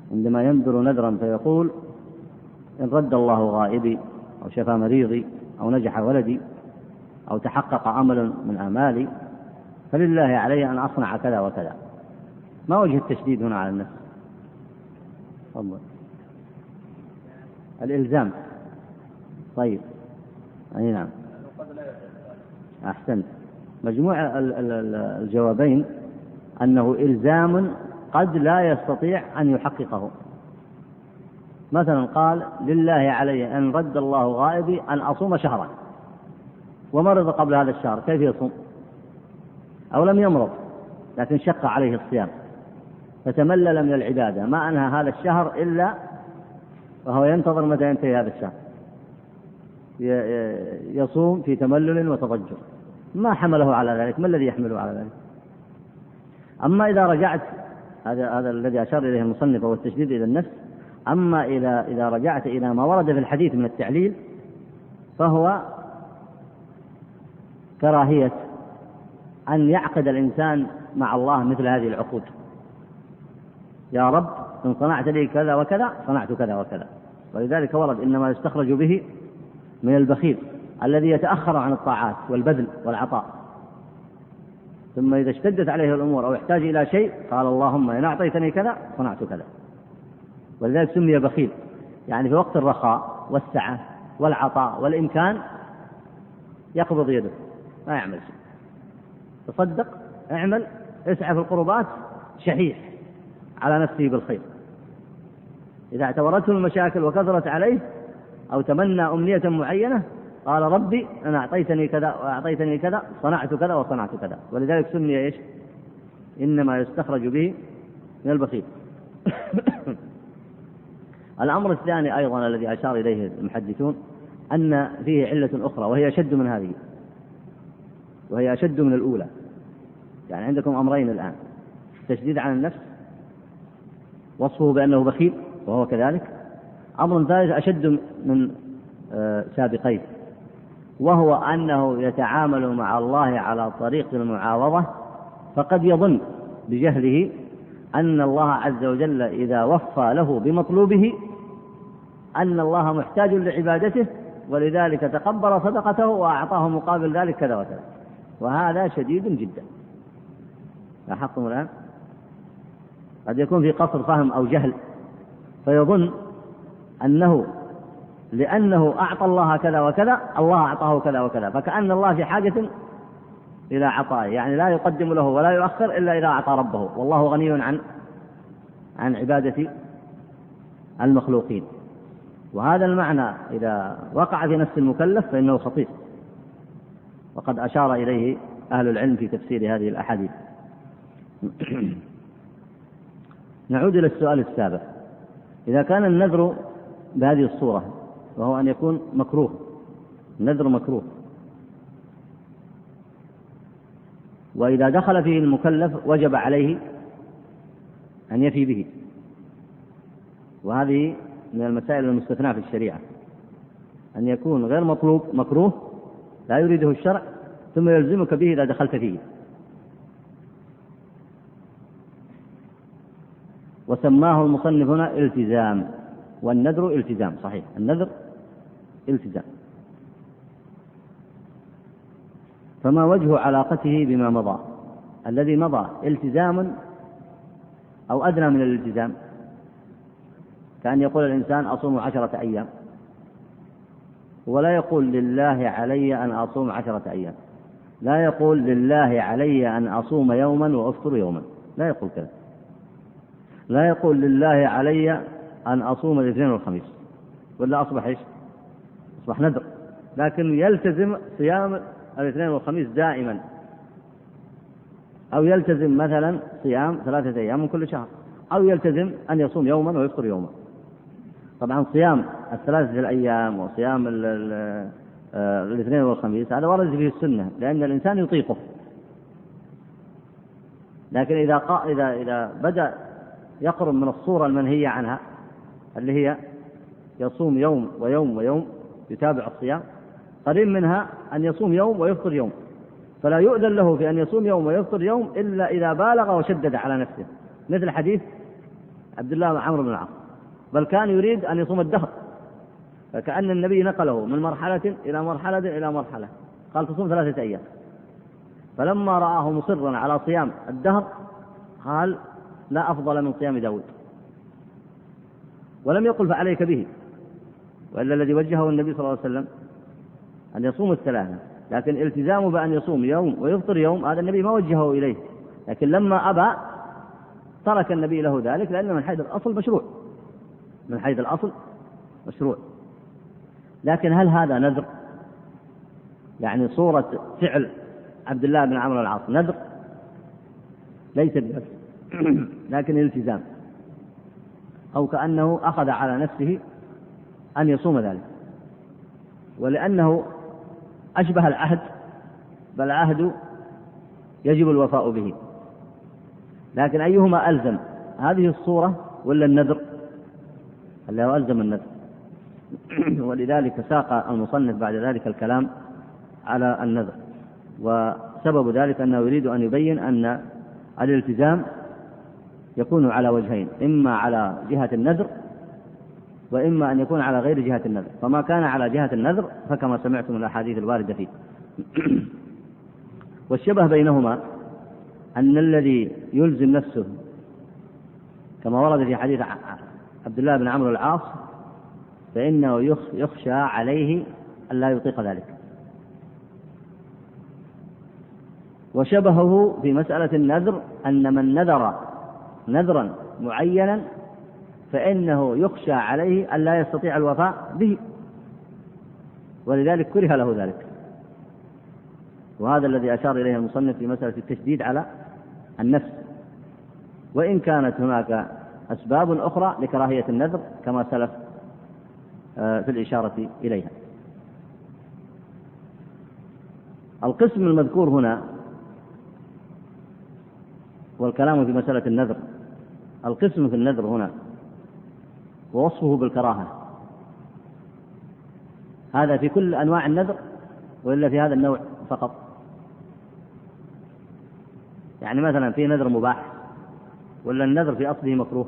عندما ينذر نذرا فيقول إن رد الله غائبي أو شفى مريضي أو نجح ولدي أو تحقق أمل من آمالي فلله علي أن أصنع كذا وكذا. ما وجه التشديد هنا على النفس؟ الله. الإلزام. طيب أي نعم، أحسنت. مجموع الجوابين أنه إلزام قد لا يستطيع أن يحققه. مثلا قال لله علي أن رد الله غائبي أن أصوم شهرا، ومرض قبل هذا الشهر، كيف يصوم؟ أو لم يمرض لكن شق عليه الصيام فتملل من العبادة، ما أنهى هذا الشهر إلا وهو ينتظر متى ينتهي هذا الشهر، يصوم في تملل وتضجر. ما حمله على ذلك؟ ما الذي يحمله على ذلك؟ أما إذا رجعت، هذا الذي أشار إليه المصنف هو التشديد إلى النفس. أما إذا رجعت إلى ما ورد في الحديث من التعليل فهو كراهية أن يعقد الإنسان مع الله مثل هذه العقود. يا رب إن صنعت لي كذا وكذا صنعت كذا وكذا. ولذلك ورد إنما يستخرج به من البخيل الذي يتأخر عن الطاعات والبذل والعطاء، ثم إذا اشتدت عليه الأمور أو يحتاج إلى شيء قال اللهم إن أعطيتني كذا صنعت كذا. ولذلك سمي بخيل، يعني في وقت الرخاء والسعة والعطاء والإمكان يقبض يده ما يعمل شيء. تصدق، اعمل، اسعى في القربات، شحيح على نفسه بالخير. إذا اعتبرته المشاكل وكثرت عليه أو تمنى أمنية معينة قال ربي أنا أعطيتني كذا وأعطيتني كذا صنعت كذا وصنعت كذا. ولذلك سمي إيش؟ إنما يستخرج به من البخيل. الأمر الثاني أيضا الذي أشار إليه المحدثون أن فيه علة أخرى وهي أشد من هذه، وهي أشد من الأولى. يعني عندكم أمرين الآن: تشديد على النفس، وصفه بأنه بخيل وهو كذلك. أمر ثالث أشد من سابقين، وهو أنه يتعامل مع الله على طريق المعاوضة، فقد يظن بجهله أن الله عز وجل إذا وفى له بمطلوبه أن الله محتاج لعبادته، ولذلك تقبل صدقته وأعطاه مقابل ذلك كذا وكذا. وهذا شديد جدا. لاحظتم الآن؟ قد يكون في قصر فهم أو جهل، فيظن أنه لأنه أعطى الله كذا وكذا الله أعطاه كذا وكذا، فكأن الله في حاجة إلى عطائه، يعني لا يقدم له ولا يؤخر إلا إذا أعطى ربه، والله غني عن عبادة المخلوقين. وهذا المعنى إذا وقع في نفس المكلف فإنه خطير، وقد أشار إليه أهل العلم في تفسير هذه الأحاديث. نعود إلى السؤال السابق: إذا كان النذر بهذه الصورة وهو أن يكون مكروه، النذر مكروه، وإذا دخل فيه المكلف وجب عليه أن يفي به، وهذه من المسائل المستثناة في الشريعة، أن يكون غير مطلوب مكروه لا يريده الشرع ثم يلزمك به إذا دخلت فيه. وسماه المصنف هنا التزام، والنذر التزام، صحيح، النذر التزام. فما وجه علاقته بما مضى؟ الذي مضى التزام أو أدنى من الالتزام، كأن يقول الإنسان أصوم 10 أيام، ولا يقول لله علي أن أصوم 10 أيام، لا يقول لله علي أن أصوم يوما وأفطر يوما، لا يقول كذا، لا يقول لله علي أن أصوم الاثنين والخميس، ولا أصبح إيش؟ أصبح نذر، لكن يلتزم صيام الاثنين والخميس دائما، أو يلتزم مثلا صيام 3 أيام من كل شهر، أو يلتزم أن يصوم يوما ويفطر يوما. طبعا صيام 3 الأيام وصيام الاثنين والخميس هذا ورد فيه السنة لأن الإنسان يطيقه، لكن إذا بدأ يقرب من الصورة المنهية عنها اللي هي يصوم يوم ويوم ويوم يتابع الصيام، قريب منها أن يصوم يوم ويفطر يوم، فلا يؤذن له في أن يصوم يوم ويفطر يوم إلا إذا بالغ وشدد على نفسه، مثل حديث عبد الله بن عمرو بن العاص، بل كان يريد أن يصوم الدهر، فكأن النبي نقله من مرحلة إلى مرحلة إلى مرحلة، قال تصوم 3 أيام. فلما رآه مصرا على صيام الدهر قال لا أفضل من صيام داود، ولم يقل فعليك به، وإلا الذي وجهه النبي صلى الله عليه وسلم أن يصوم 3، لكن التزامه بأن يصوم يوم ويفطر يوم هذا النبي ما وجهه إليه، لكن لما أبى ترك النبي له ذلك، لأنه من حيث الأصل مشروع، من حيث الأصل مشروع. لكن هل هذا نذر؟ يعني صورة فعل عبد الله بن عمرو العاص نذر؟ ليس بنذر لكن التزام، أو كأنه أخذ على نفسه أن يصوم ذلك، ولأنه أشبه العهد، بل العهد يجب الوفاء به. لكن أيهما ألزم، هذه الصورة ولا النذر؟ اللي هو ألزم النذر. ولذلك ساق المصنف بعد ذلك الكلام على النذر، وسبب ذلك أنه يريد أن يبين أن الالتزام يكون على وجهين، إما على جهة النذر وإما أن يكون على غير جهة النذر. فما كان على جهة النذر فكما سمعتم الأحاديث الواردة فيه. والشبه بينهما أن الذي يلزم نفسه كما ورد في حديث عبد الله بن عمرو العاص فإنه يخشى عليه أن لا يطيق ذلك. وشبهه في مسألة النذر أن من نذر نذرا معينا فإنه يخشى عليه أن لا يستطيع الوفاء به، ولذلك كره له ذلك. وهذا الذي أشار إليه المصنف في مسألة التشديد على النفس، وإن كانت هناك أسباب أخرى لكراهية النذر كما سلف في الإشارة إليها. القسم المذكور هنا والكلام في مسألة النذر، القسم في النذر هنا ووصفه بالكراهة، هذا في كل أنواع النذر وإلا في هذا النوع فقط؟ يعني مثلا في نذر مباح ولا النذر في أصله مكروه؟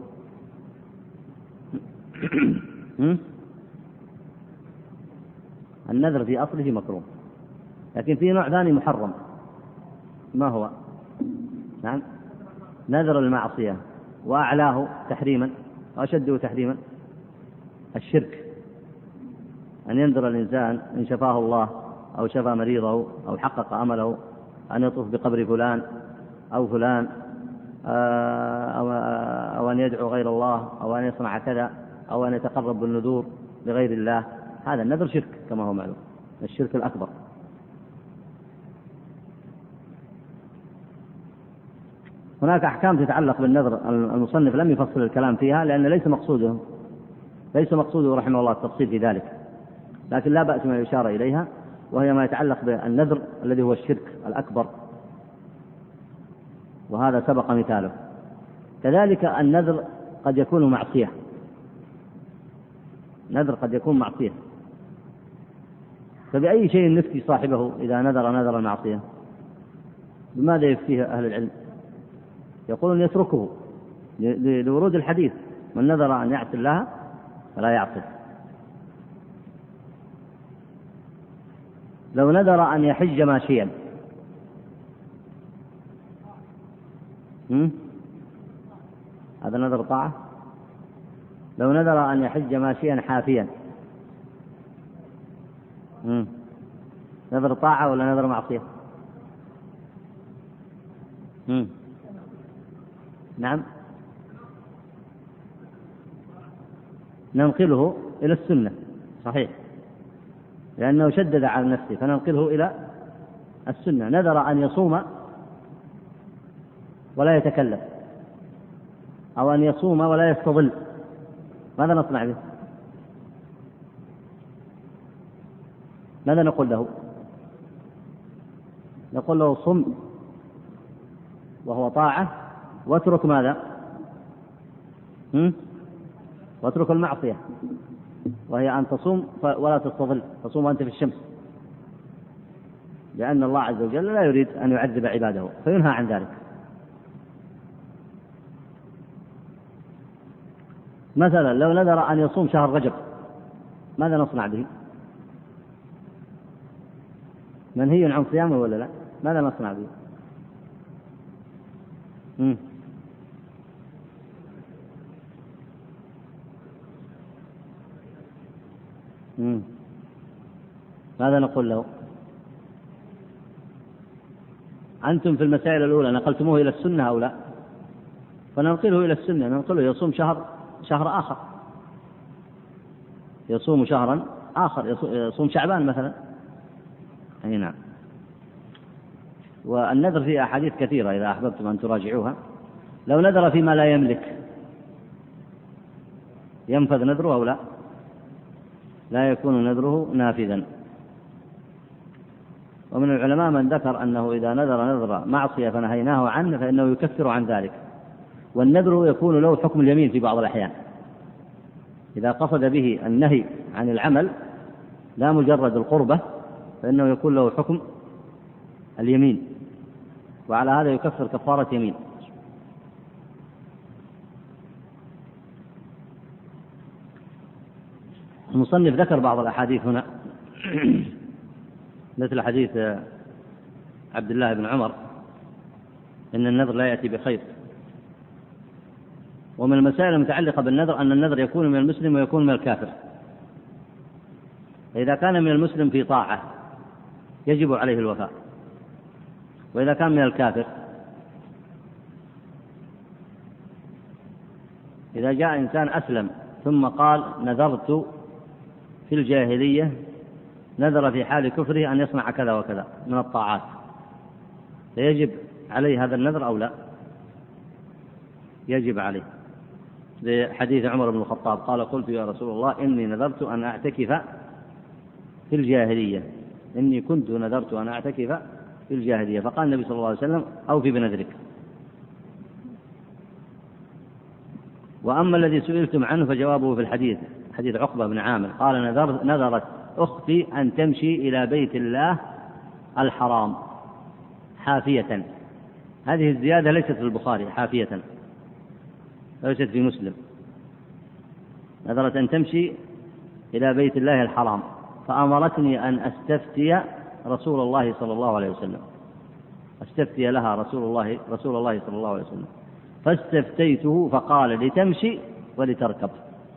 النذر في أصله مكروه، لكن في نوع ثاني محرم، ما هو؟ نعم، نذر المعصية، وأعلاه تحريما وأشده تحريما الشرك، أن ينذر الإنسان إن شفاه الله أو شفى مريضه أو حقق أمله أن يطوف بقبر فلان أو فلان، أو أن يدعو غير الله، أو أن يصنع كذا، أو أن يتقرب بالنذور لغير الله. هذا النذر شرك كما هو معلوم، الشرك الأكبر. هناك أحكام تتعلق بالنذر المصنف لم يفصل الكلام فيها، لأن ليس مقصوده رحمه الله التفصيل في ذلك، لكن لا بأس من الإشارة إليها، وهي ما يتعلق بالنذر الذي هو الشرك الأكبر، وهذا سبق مثاله. كذلك النذر قد يكون معصية، نذر قد يكون معصية، فبأي شيء نفتي صاحبه إذا نذر المعصية؟ بماذا يفتيه أهل العلم؟ يقولون يتركه لورود الحديث: من نذر أن يعصي الله فلا يعصي. لو نذر أن يحج ماشيا هذا نذر طاعة. لو نذر أن يحج ماشيا حافيا نذر طاعة ولا نذر معصية؟ نعم، ننقله إلى السنة، صحيح، لأنه شدد على نفسه فننقله إلى السنة. نذر أن يصوم ولا يتكلف، أو أن يصوم ولا يستظل، ماذا نصنع به؟ ماذا نقول له؟ نقول له صم وهو طاعة، واترك ماذا؟ واترك المعصية، وهي أن تصوم ولا تستظل، تصوم وأنت في الشمس، لأن الله عز وجل لا يريد أن يعذب عباده فينهى عن ذلك. مثلا لو نذر أن يصوم شهر رجب ماذا نصنع به؟ منهي عن صيامه ولا لا؟ ماذا نصنع به؟ ماذا نقول له؟ أنتم في المسائل الأولى نقلتموه إلى السنة أو لا؟ فننقله إلى السنة، ننقله يصوم شهر آخر، يصوم شهرا آخر، يصوم شعبان مثلا. أي نعم. والنذر فيه أحاديث كثيرة إذا أحببتم أن تراجعوها. لو نذر فيما لا يملك ينفذ نذره أو لا؟ لا يكون نذره نافذا. ومن العلماء من ذكر أنه إذا نذر معصية فنهيناه عنه فإنه يكفر عن ذلك، والنذر يكون له حكم اليمين في بعض الأحيان، إذا قصد به النهي عن العمل لا مجرد القربة فإنه يكون له حكم اليمين، وعلى هذا يكفر كفارة يمين. المصنف ذكر بعض الأحاديث هنا مثل حديث عبد الله بن عمر إن النذر لا يأتي بخير. ومن المسائل المتعلقة بالنذر أن النذر يكون من المسلم ويكون من الكافر. فإذا كان من المسلم في طاعة يجب عليه الوفاء، وإذا كان من الكافر، إذا جاء إنسان أسلم ثم قال نذرت في الجاهلية، نذر في حال كفره أن يصنع كذا وكذا من الطاعات، فيجب عليه هذا النذر أو لا؟ يجب عليه، لحديث عمر بن الخطاب قال قلت يا رسول الله إني نذرت أن أعتكف في الجاهلية، إني كنت نذرت أن أعتكف في الجاهلية، فقال النبي صلى الله عليه وسلم أوفي بنذرك. وأما الذي سئلتم عنه فجوابه في الحديث، حديث عقبة بن عامر قال نذرت أختي أن تمشي إلى بيت الله الحرام حافية. هذه الزيادة ليست في البخاري، حافية ليست في مسلم. نذرت أن تمشي إلى بيت الله الحرام فأمرتني أن أستفتي رسول الله صلى الله عليه وسلم، أستفتي لها رسول الله صلى الله عليه وسلم، فاستفتيته فقال لتمشي ولتركب،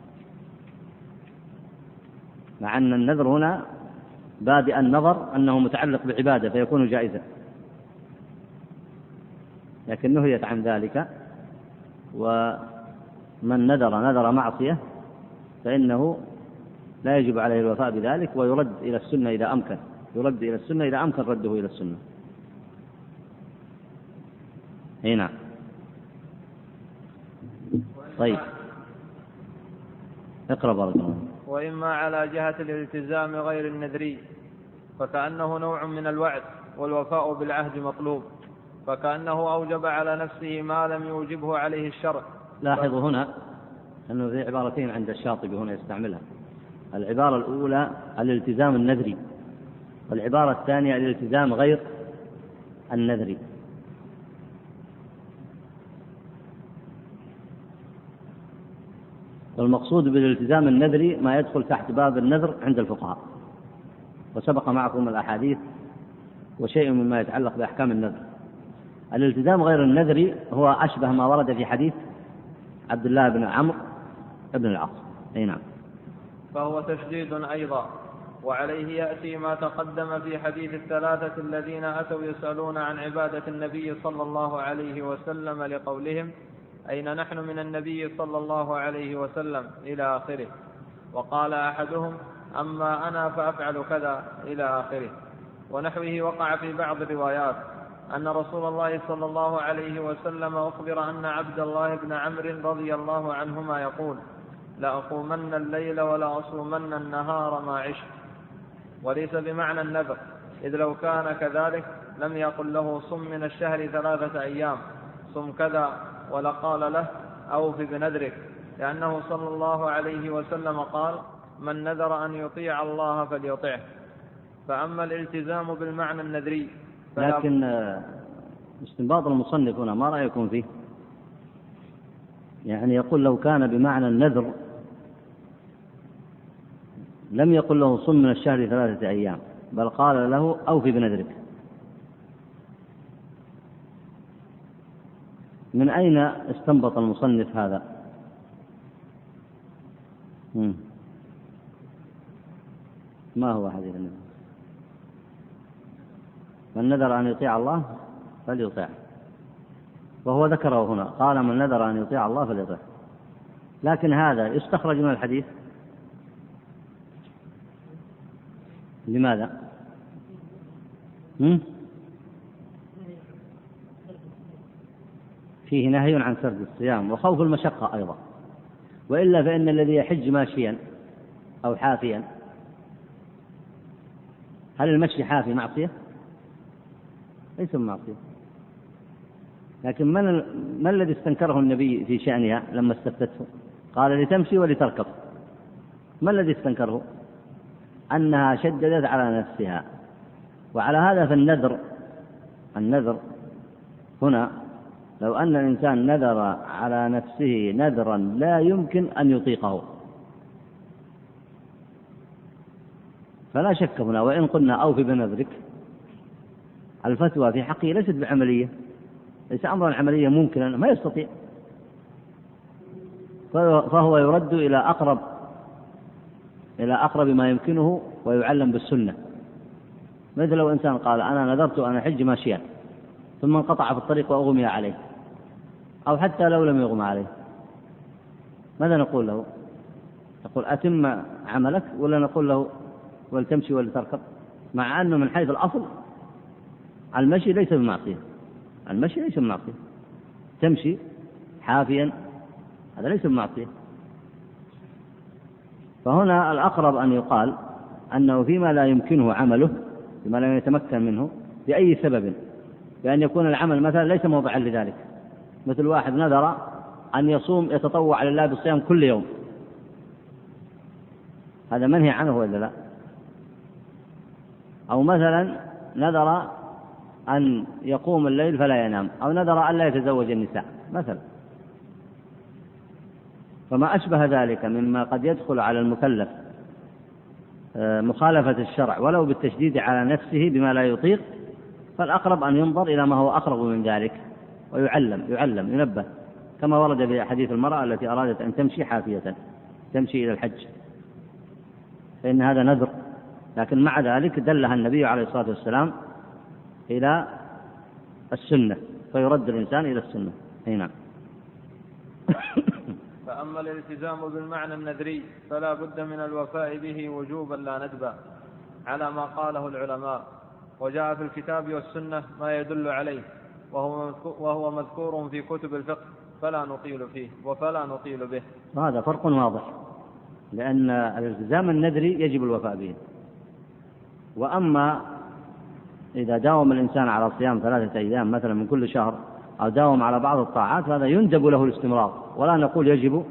مع أن النذر هنا بادئ النظر أنه متعلق بعبادة فيكون جائزا، لكن نهيت عن ذلك. ومن نذر معصية فإنه لا يجب عليه الوفاء بذلك، ويرد إلى السنة إذا أمكن، رده إلى السنة. هنا طيب اقرأ بارك الله. وإما على جهة الالتزام غير النذري فكأنه نوع من الوعد، والوفاء بالعهد مطلوب، فكأنه أوجب على نفسه ما لم يوجبه عليه الشرع. لاحظوا هنا أنه في عبارتين عند الشاطبي هنا يستعملها، العبارة الأولى الالتزام النذري، والعبارة الثانية الالتزام غير النذري. والمقصود بالالتزام النذري ما يدخل تحت باب النذر عند الفقهاء، وسبق معكم الأحاديث وشيء مما يتعلق بأحكام النذر. الالتزام غير النذري هو أشبه ما ورد في حديث عبد الله بن عمرو بن العاص. أي نعم. فهو تشديد أيضا، وعليه يأتي ما تقدم في حديث الثلاثة الذين أتوا يسألون عن عبادة النبي صلى الله عليه وسلم لقولهم أين نحن من النبي صلى الله عليه وسلم إلى آخره، وقال أحدهم أما أنا فأفعل كذا إلى آخره. ونحوه وقع في بعض الروايات أن رسول الله صلى الله عليه وسلم أخبر أن عبد الله بن عمرو رضي الله عنهما يقول لأقومن الليل ولا أصومن النهار ما عشت، وليس بمعنى النذر، إذ لو كان كذلك لم يقل له صم من الشهر 3 أيام، صم كذا، ولقال له أوف بنذرك، لأنه صلى الله عليه وسلم قال من نذر أن يطيع الله فليطعه. فأما الالتزام بالمعنى النذري لكن استنباط المصنف هنا ما رأيكم فيه؟ يعني يقول لو كان بمعنى النذر لم يقل له صم من الشهر 3 أيام، بل قال له أوفي بنذرك. من أين استنبط المصنف هذا؟ ما هو حديث النبي؟ من نذر أن يطيع الله فليطيع، وهو ذكره هنا، قال من نذر أن يطيع الله فليطيع. لكن هذا يستخرج من الحديث لماذا؟ فيه نهي عن سرد الصيام وخوف المشقة أيضا، وإلا فإن الذي يحج ماشيا أو حافيا، هل المشي حافي معصية؟ ليس معصية. لكن من الذي استنكره النبي في شأنها لما استفتته؟ قال لتمشي ولتركب. ما الذي استنكره؟ أنها شددت على نفسها. وعلى هذا فالنذر هنا لو أن الإنسان نذر على نفسه نذرا لا يمكن أن يطيقه فلا شك هنا، وإن قلنا أوفي بنذرك، الفتوى في حقه ليست بعملية، ليس أمرا عمليا ممكنا، ما يستطيع، فهو يرد إلى أقرب ما يمكنه ويعلم بالسنة. مثل لو إنسان قال أنا نذرت أن أحج ماشيا ثم انقطع في الطريق وأغمي عليه، أو حتى لو لم يغم عليه، ماذا نقول له؟ نقول أتم عملك، ولا نقول له ولتمشي ولتركب؟ مع أنه من حيث الأصل المشي ليس بمعصية، المشي ليس بمعصية، تمشي حافيا هذا ليس بمعصية. فهنا الأقرب أن يقال أنه فيما لا يمكنه عمله، فيما لا يتمكن منه بأي سبب، بأن يكون العمل مثلا ليس موضعا لذلك، مثل واحد نذر أن يصوم يتطوع لله بالصيام كل يوم، هذا منهي عنه ولا لا؟ أو مثلا نذر أن يقوم الليل فلا ينام، أو نذر أن لا يتزوج النساء مثلا. فما أشبه ذلك مما قد يدخل على المكلف مخالفة الشرع ولو بالتشديد على نفسه بما لا يطيق، فالأقرب أن ينظر إلى ما هو أقرب من ذلك ويعلم ينبه، كما ورد في حديث المرأة التي أرادت أن تمشي حافية تمشي إلى الحج، فإن هذا نذر، لكن مع ذلك دلها النبي عليه الصلاة والسلام إلى السنة، فيرد الإنسان إلى السنة. نعم. فأما الالتزام بالمعنى النذري فلا بد من الوفاء به وجوبا لا ندبا على ما قاله العلماء، وجاء في الكتاب والسنة ما يدل عليه، وهو مذكور في كتب الفقه فلا نطيل به. هذا فرق واضح، لأن الالتزام النذري يجب الوفاء به، وأما إذا داوم الإنسان على صيام 3 أيام مثلا من كل شهر، أو داوم على بعض الطاعات، هذا يندب له الاستمرار، ولا نقول يجب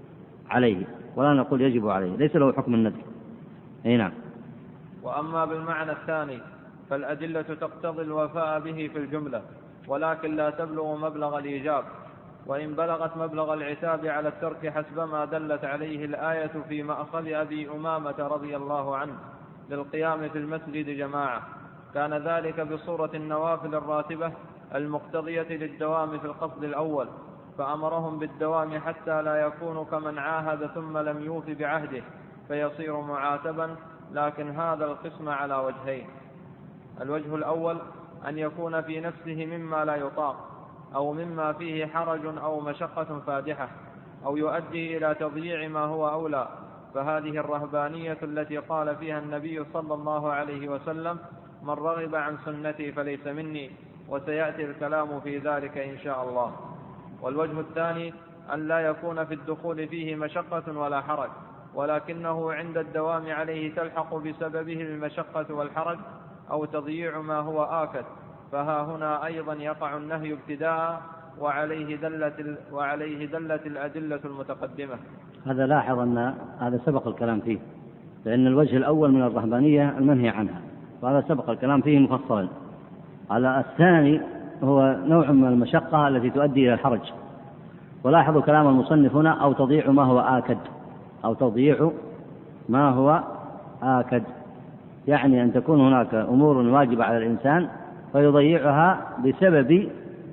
عليه، ليس له حكم النذر. نعم. وأما بالمعنى الثاني فالأدلة تقتضي الوفاء به في الجملة، ولكن لا تبلغ مبلغ الإيجاب، وإن بلغت مبلغ العتاب على الترك حسبما دلت عليه الآية في مأخذ أبي أمامة رضي الله عنه للقيام في المسجد جماعة، كان ذلك بصورة النوافل الراتبة المقتضية للدوام في القصد الأول، فأمرهم بالدوام حتى لا يكون كمن عاهد ثم لم يوف بعهده فيصير معاتبا. لكن هذا القسم على وجهين: الوجه الأول أن يكون في نفسه مما لا يطاق، أو مما فيه حرج أو مشقة فادحة، أو يؤدي إلى تضييع ما هو أولى، فهذه الرهبانية التي قال فيها النبي صلى الله عليه وسلم: من رغب عن سنتي فليس مني، وسيأتي الكلام في ذلك إن شاء الله. والوجه الثاني أن لا يكون في الدخول فيه مشقة ولا حرج، ولكنه عند الدوام عليه تلحق بسببه المشقة والحرج أو تضييع ما هو آكد، فها هنا أيضا يقع النهي ابتداء، وعليه دلت الأدلة المتقدمة. هذا لاحظ أن هذا سبق الكلام فيه، لأن الوجه الأول من الرهبانية المنهي عنها، وهذا سبق الكلام فيه مفصلا. على الثاني هو نوع من المشقة التي تؤدي إلى الحرج، ولاحظوا كلام المصنف هنا أو تضيع ما هو آكد، أو تضيع ما هو آكد، يعني أن تكون هناك أمور واجبة على الإنسان فيضيعها بسبب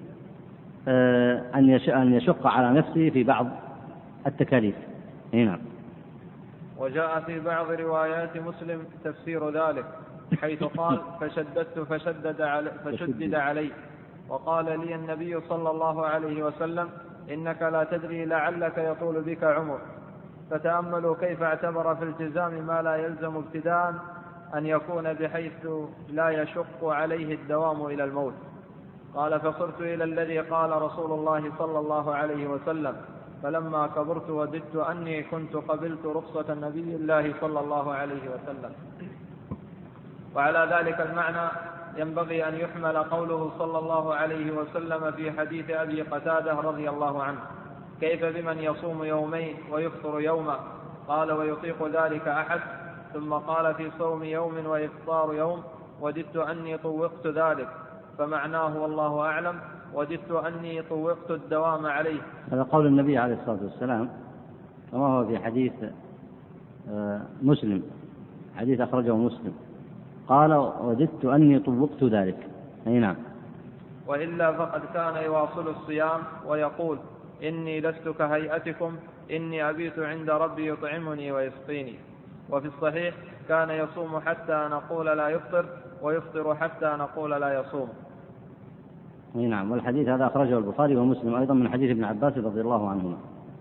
أن يشق على نفسه في بعض التكاليف. هنا وجاء في بعض روايات مسلم تفسير ذلك، حيث قال فشددت فشدد علي، وقال لي النبي صلى الله عليه وسلم إنك لا تدري لعلك يطول بك عمر. فتأملوا كيف اعتبر في التزام ما لا يلزم ابتداء أن يكون بحيث لا يشق عليه الدوام إلى الموت. قال فصرت إلى الذي قال رسول الله صلى الله عليه وسلم فلما كبرت وددت أني كنت قبلت رخصة النبي الله صلى الله عليه وسلم. وعلى ذلك المعنى ينبغي أن يحمل قوله صلى الله عليه وسلم في حديث أبي قتادة رضي الله عنه كيف بمن يصوم يومين ويفطر يوما؟ قال ويطيق ذلك أحد؟ ثم قال في صوم يوم وإفطار يوم وددت أني طوقت ذلك، فمعناه والله أعلم وددت أني طوقت الدوام عليه. هذا قول النبي عليه الصلاة والسلام كما هو في حديث مسلم، حديث أخرجه مسلم، قال وددت أني طوقت ذلك. أي نعم. وإلا فقد كان يواصل الصيام ويقول إني لست كهيئتكم إني أبيت عند ربي يطعمني ويسقيني. وفي الصحيح كان يصوم حتى نقول لا يفطر ويفطر حتى نقول لا يصوم. أي نعم. والحديث هذا أخرجه البخاري ومسلم أيضا من حديث ابن عباس رضي الله عنهما.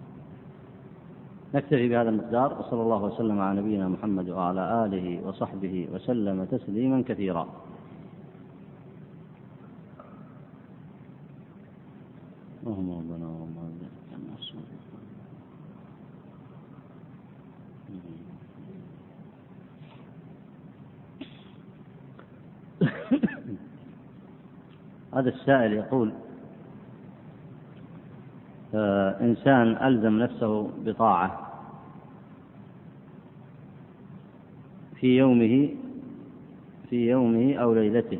نكتفي بهذا المقدار، وصلى الله وسلم على نبينا محمد وعلى آله وصحبه وسلم تسليما كثيرا. اللهم ربنا اللهم هذا السائل يقول إنسان ألزم نفسه بطاعة في يومه أو ليلته،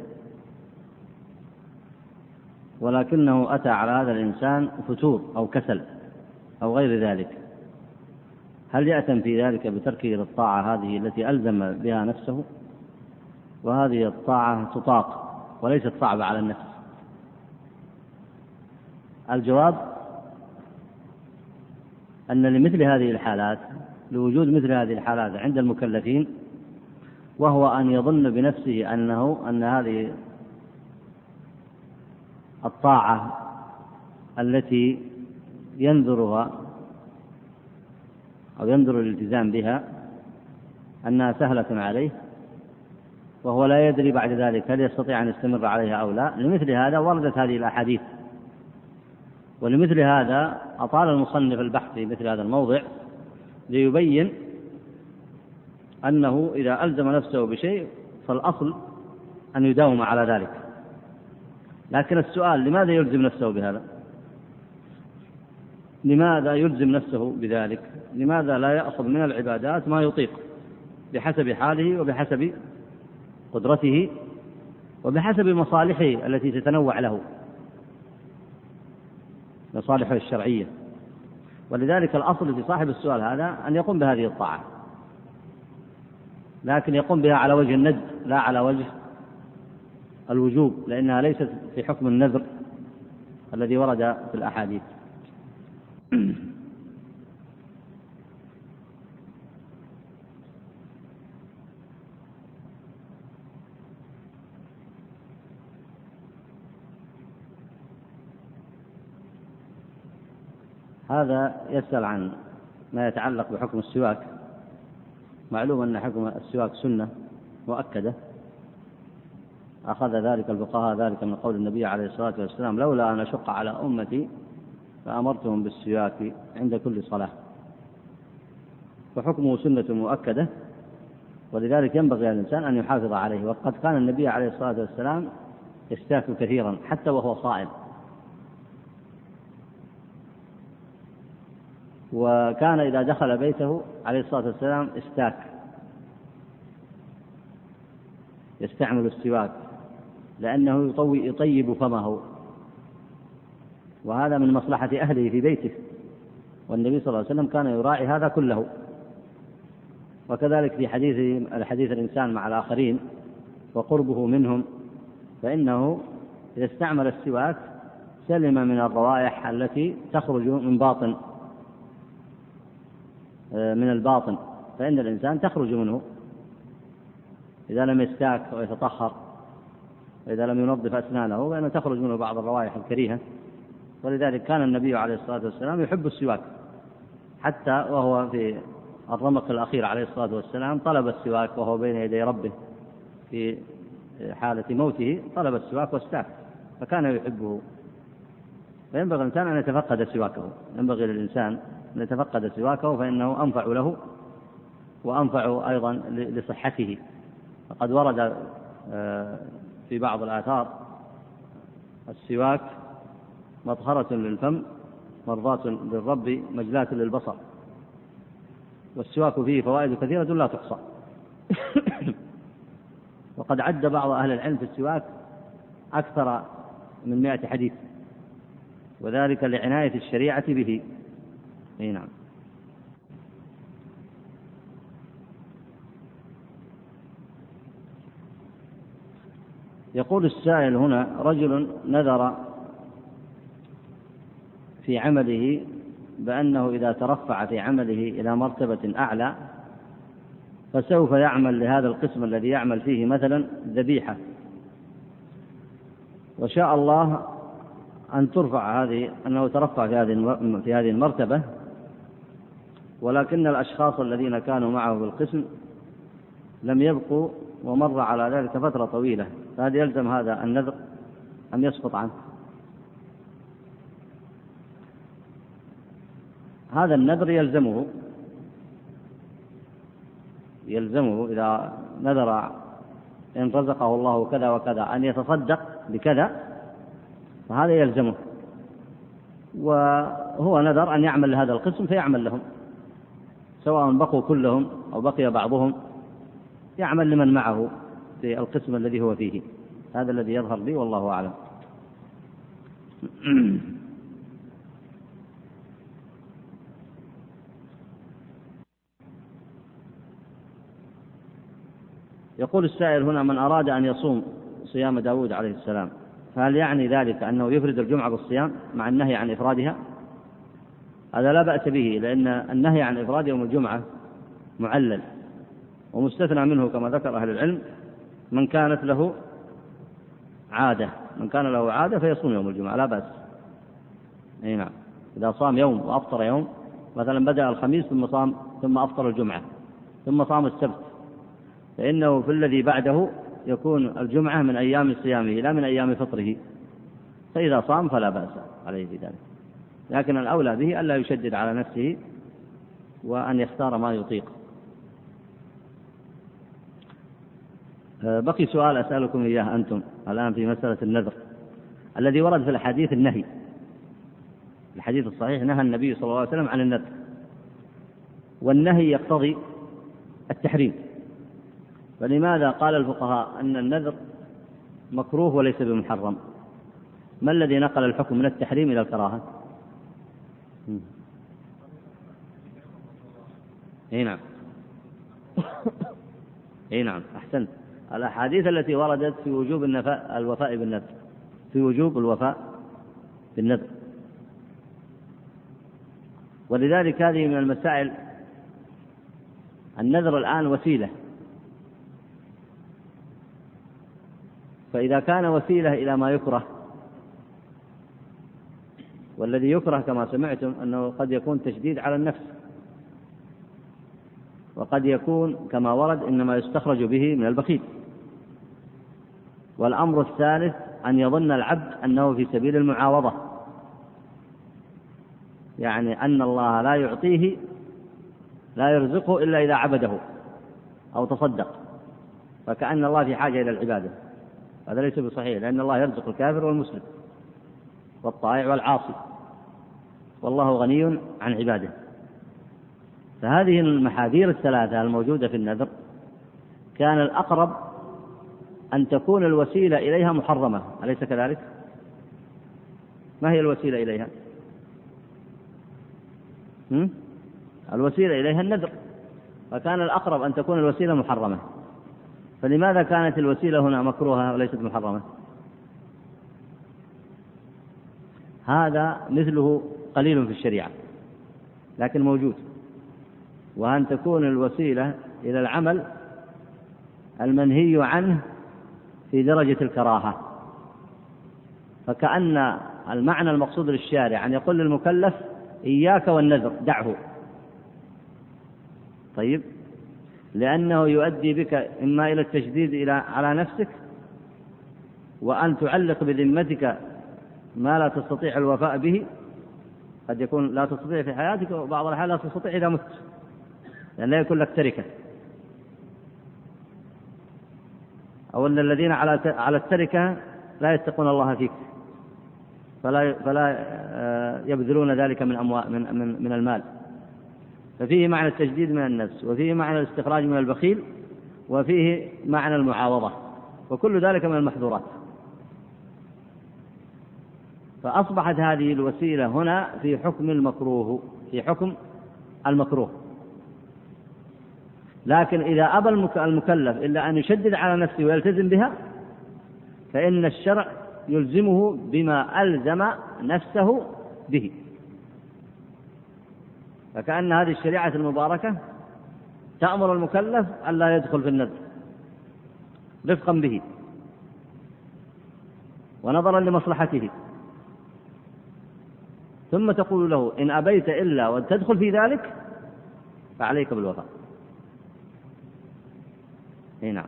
ولكنه أتى على هذا الإنسان فتور أو كسل أو غير ذلك، هل يأتم في ذلك بتركه للطاعة هذه التي ألزم بها نفسه؟ وهذه الطاعة تطاق وليست صعبة على النفس. الجواب أن لمثل هذه الحالات، لوجود مثل هذه الحالات عند المكلفين، وهو أن يظن بنفسه أن هذه الطاعة التي ينذرها أو ينذر الالتزام بها أنها سهلة عليه، وهو لا يدري بعد ذلك هل يستطيع أن يستمر عليها أو لا. لمثل هذا وردت هذه الأحاديث، ولمثل هذا أطال المصنف البحث في مثل هذا الموضع ليبين أنه إذا ألزم نفسه بشيء فالأصل أن يداوم على ذلك. لكن السؤال لماذا يلزم نفسه بهذا؟ لماذا يلزم نفسه بذلك؟ لماذا لا يأخذ من العبادات ما يطيق بحسب حاله وبحسب قدرته وبحسب مصالحه التي تتنوع له، مصالحه الشرعية؟ ولذلك الأصل في صاحب السؤال هذا أن يقوم بهذه الطاعة، لكن يقوم بها على وجه الند لا على وجه الوجوب، لأنها ليست في حكم النذر الذي ورد في الأحاديث. هذا يسأل عن ما يتعلق بحكم السواك. معلوم أن حكم السواك سنة مؤكدة، أخذ ذلك الفقهاء ذلك من قول النبي عليه الصلاة والسلام لولا أن أشق على أمتي فأمرتهم بالسواك عند كل صلاة، فحكمه سنة مؤكدة، ولذلك ينبغي الإنسان أن يحافظ عليه. وقد كان النبي عليه الصلاة والسلام يستاك كثيرا حتى وهو صائم، وكان إذا دخل بيته عليه الصلاة والسلام استاك، يستعمل السواك لأنه يطيب فمه وهذا من مصلحة أهله في بيته، والنبي صلى الله عليه وسلم كان يراعي هذا كله. وكذلك في حديث الإنسان مع الآخرين وقربه منهم، فإنه إذا استعمل السواك سلم من الروائح التي تخرج من الباطن، فإن الإنسان تخرج منه إذا لم يستاك ويتطهر، وإذا لم ينظف أسنانه فإنه تخرج منه بعض الروائح الكريهة. ولذلك كان النبي عليه الصلاة والسلام يحب السواك، حتى وهو في الرمق الأخير عليه الصلاة والسلام طلب السواك وهو بين يدي ربه في حالة موته، طلب السواك واستاك، فكان يحبه. فينبغي الإنسان أن يتفقد سواكه، ينبغي للإنسان أن يتفقد سواكه، فإنه أنفع له وأنفع أيضا لصحته. فقد ورد في بعض الآثار السواك مطهرة للفم، مرضاة للرب، مجلاة للبصر. والسواك فيه فوائد كثيرة لا تحصى. وقد عد بعض أهل العلم في السواك أكثر من 100 حديث، وذلك لعناية الشريعة به. نعم. يقول السائل هنا: رجل نذر في عمله بأنه إذا ترفع في عمله إلى مرتبة أعلى فسوف يعمل لهذا القسم الذي يعمل فيه مثلا ذبيحة، وشاء الله أن ترفع أنه ترفع في هذه المرتبة، ولكن الأشخاص الذين كانوا معه في القسم لم يبقوا ومر على ذلك فترة طويلة، فهل يلزم هذا النذر أم يسقط عنه؟ هذا النذر يلزمه إذا نذر إن رزقه الله كذا وكذا أن يتصدق بكذا، فهذا يلزمه. وهو نذر أن يعمل لهذا القسم فيعمل لهم، سواء بقوا كلهم أو بقي بعضهم، يعمل لمن معه في القسم الذي هو فيه. هذا الذي يظهر لي والله أعلم. يقول السائل هنا: من أراد أن يصوم صيام داود عليه السلام، فهل يعني ذلك أنه يفرد الجمعة بالصيام مع النهي عن إفرادها؟ هذا لا بأس به، لأن النهي عن إفراد يوم الجمعة معلل، ومستثنى منه كما ذكر أهل العلم من كانت له عادة، من كان له عادة فيصوم يوم الجمعة لا بأس. نعم. إذا صام يوم وأفطر يوم، مثلا بدأ الخميس ثم أفطر الجمعة ثم صام السبت، فإنه في الذي بعده يكون الجمعة من أيام صيامه لا من أيام فطره، فإذا صام فلا بأس عليه بذلك. لكن الأولى به ألا يشدد على نفسه وأن يختار ما يطيق. بقي سؤال أسألكم إياه أنتم الآن في مسألة النذر الذي ورد في الحديث النهي. الحديث الصحيح نهى النبي صلى الله عليه وسلم عن النذر، والنهي يقتضي التحريم، فلماذا قال الفقهاء أن النذر مكروه وليس بمحرم؟ ما الذي نقل الحكم من التحريم إلى الكراهة؟ نعم. نعم، أحسنت. الأحاديث التي وردت في وجوب الوفاء بالنذر، في وجوب الوفاء بالنذر. ولذلك هذه من المسائل. النذر الآن وسيلة، فإذا كان وسيلة إلى ما يكره، والذي يكره كما سمعتم أنه قد يكون تشديد على النفس، وقد يكون كما ورد إنما يستخرج به من البخيل. والأمر الثالث أن يظن العبد أنه في سبيل المعاوضة، يعني أن الله لا يعطيه لا يرزقه إلا إذا عبده أو تصدق، فكأن الله في حاجة إلى العبادة. هذا ليس بصحيح، لأن الله يرزق الكافر والمسلم والطائع والعاصي، والله غني عن عباده. فهذه المحاذير الثلاثة الموجودة في النذر كان الأقرب أن تكون الوسيلة إليها محرمة، أليس كذلك؟ ما هي الوسيلة إليها؟ الوسيلة إليها النذر، فكان الأقرب أن تكون الوسيلة محرمة، فلماذا كانت الوسيلة هنا مكروهة وليست محرمة؟ هذا مثله قليل في الشريعة لكن موجود، وأن تكون الوسيلة إلى العمل المنهي عنه في درجة الكراهة، فكأن المعنى المقصود للشارع أن يقول للمكلف إياك والنذر دعه، طيب، لأنه يؤدي بك إما إلى التشديد على نفسك، وأن تعلق بذمتك ما لا تستطيع الوفاء به، قد يكون لا تستطيع في حياتك وبعض الأحيان لا تستطيع إذا مت، لأن لا يكون لك تركة، أو أن الذين على التركة لا يتقون الله فيك فلا يبذلون ذلك من المال، ففيه معنى التجديد من النفس، وفيه معنى الاستخراج من البخيل، وفيه معنى المعاوضة، وكل ذلك من المحظورات. فأصبحت هذه الوسيلة هنا في حكم المكروه، لكن إذا أبى المكلف إلا أن يشدد على نفسه ويلتزم بها، فإن الشرع يلزمه بما ألزم نفسه به، فكأن هذه الشريعة المباركة تأمر المكلف ألا يدخل في النذر رفقا به ونظرا لمصلحته، ثم تقول له إن أبيت إلا وتدخل في ذلك فعليك بالوفاء. نعم.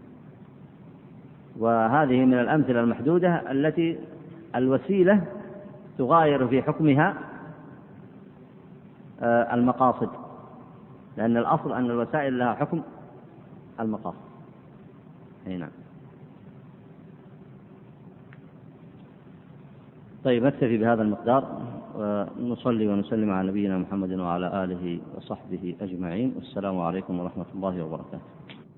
وهذه من الأمثلة المحدودة التي الوسيلة تغاير في حكمها المقاصد، لأن الأصل أن الوسائل لها حكم المقاصد. نعم. طيب، نكتفي بهذا المقدار ونصلي ونسلم على نبينا محمد وعلى آله وصحبه أجمعين، والسلام عليكم ورحمة الله وبركاته.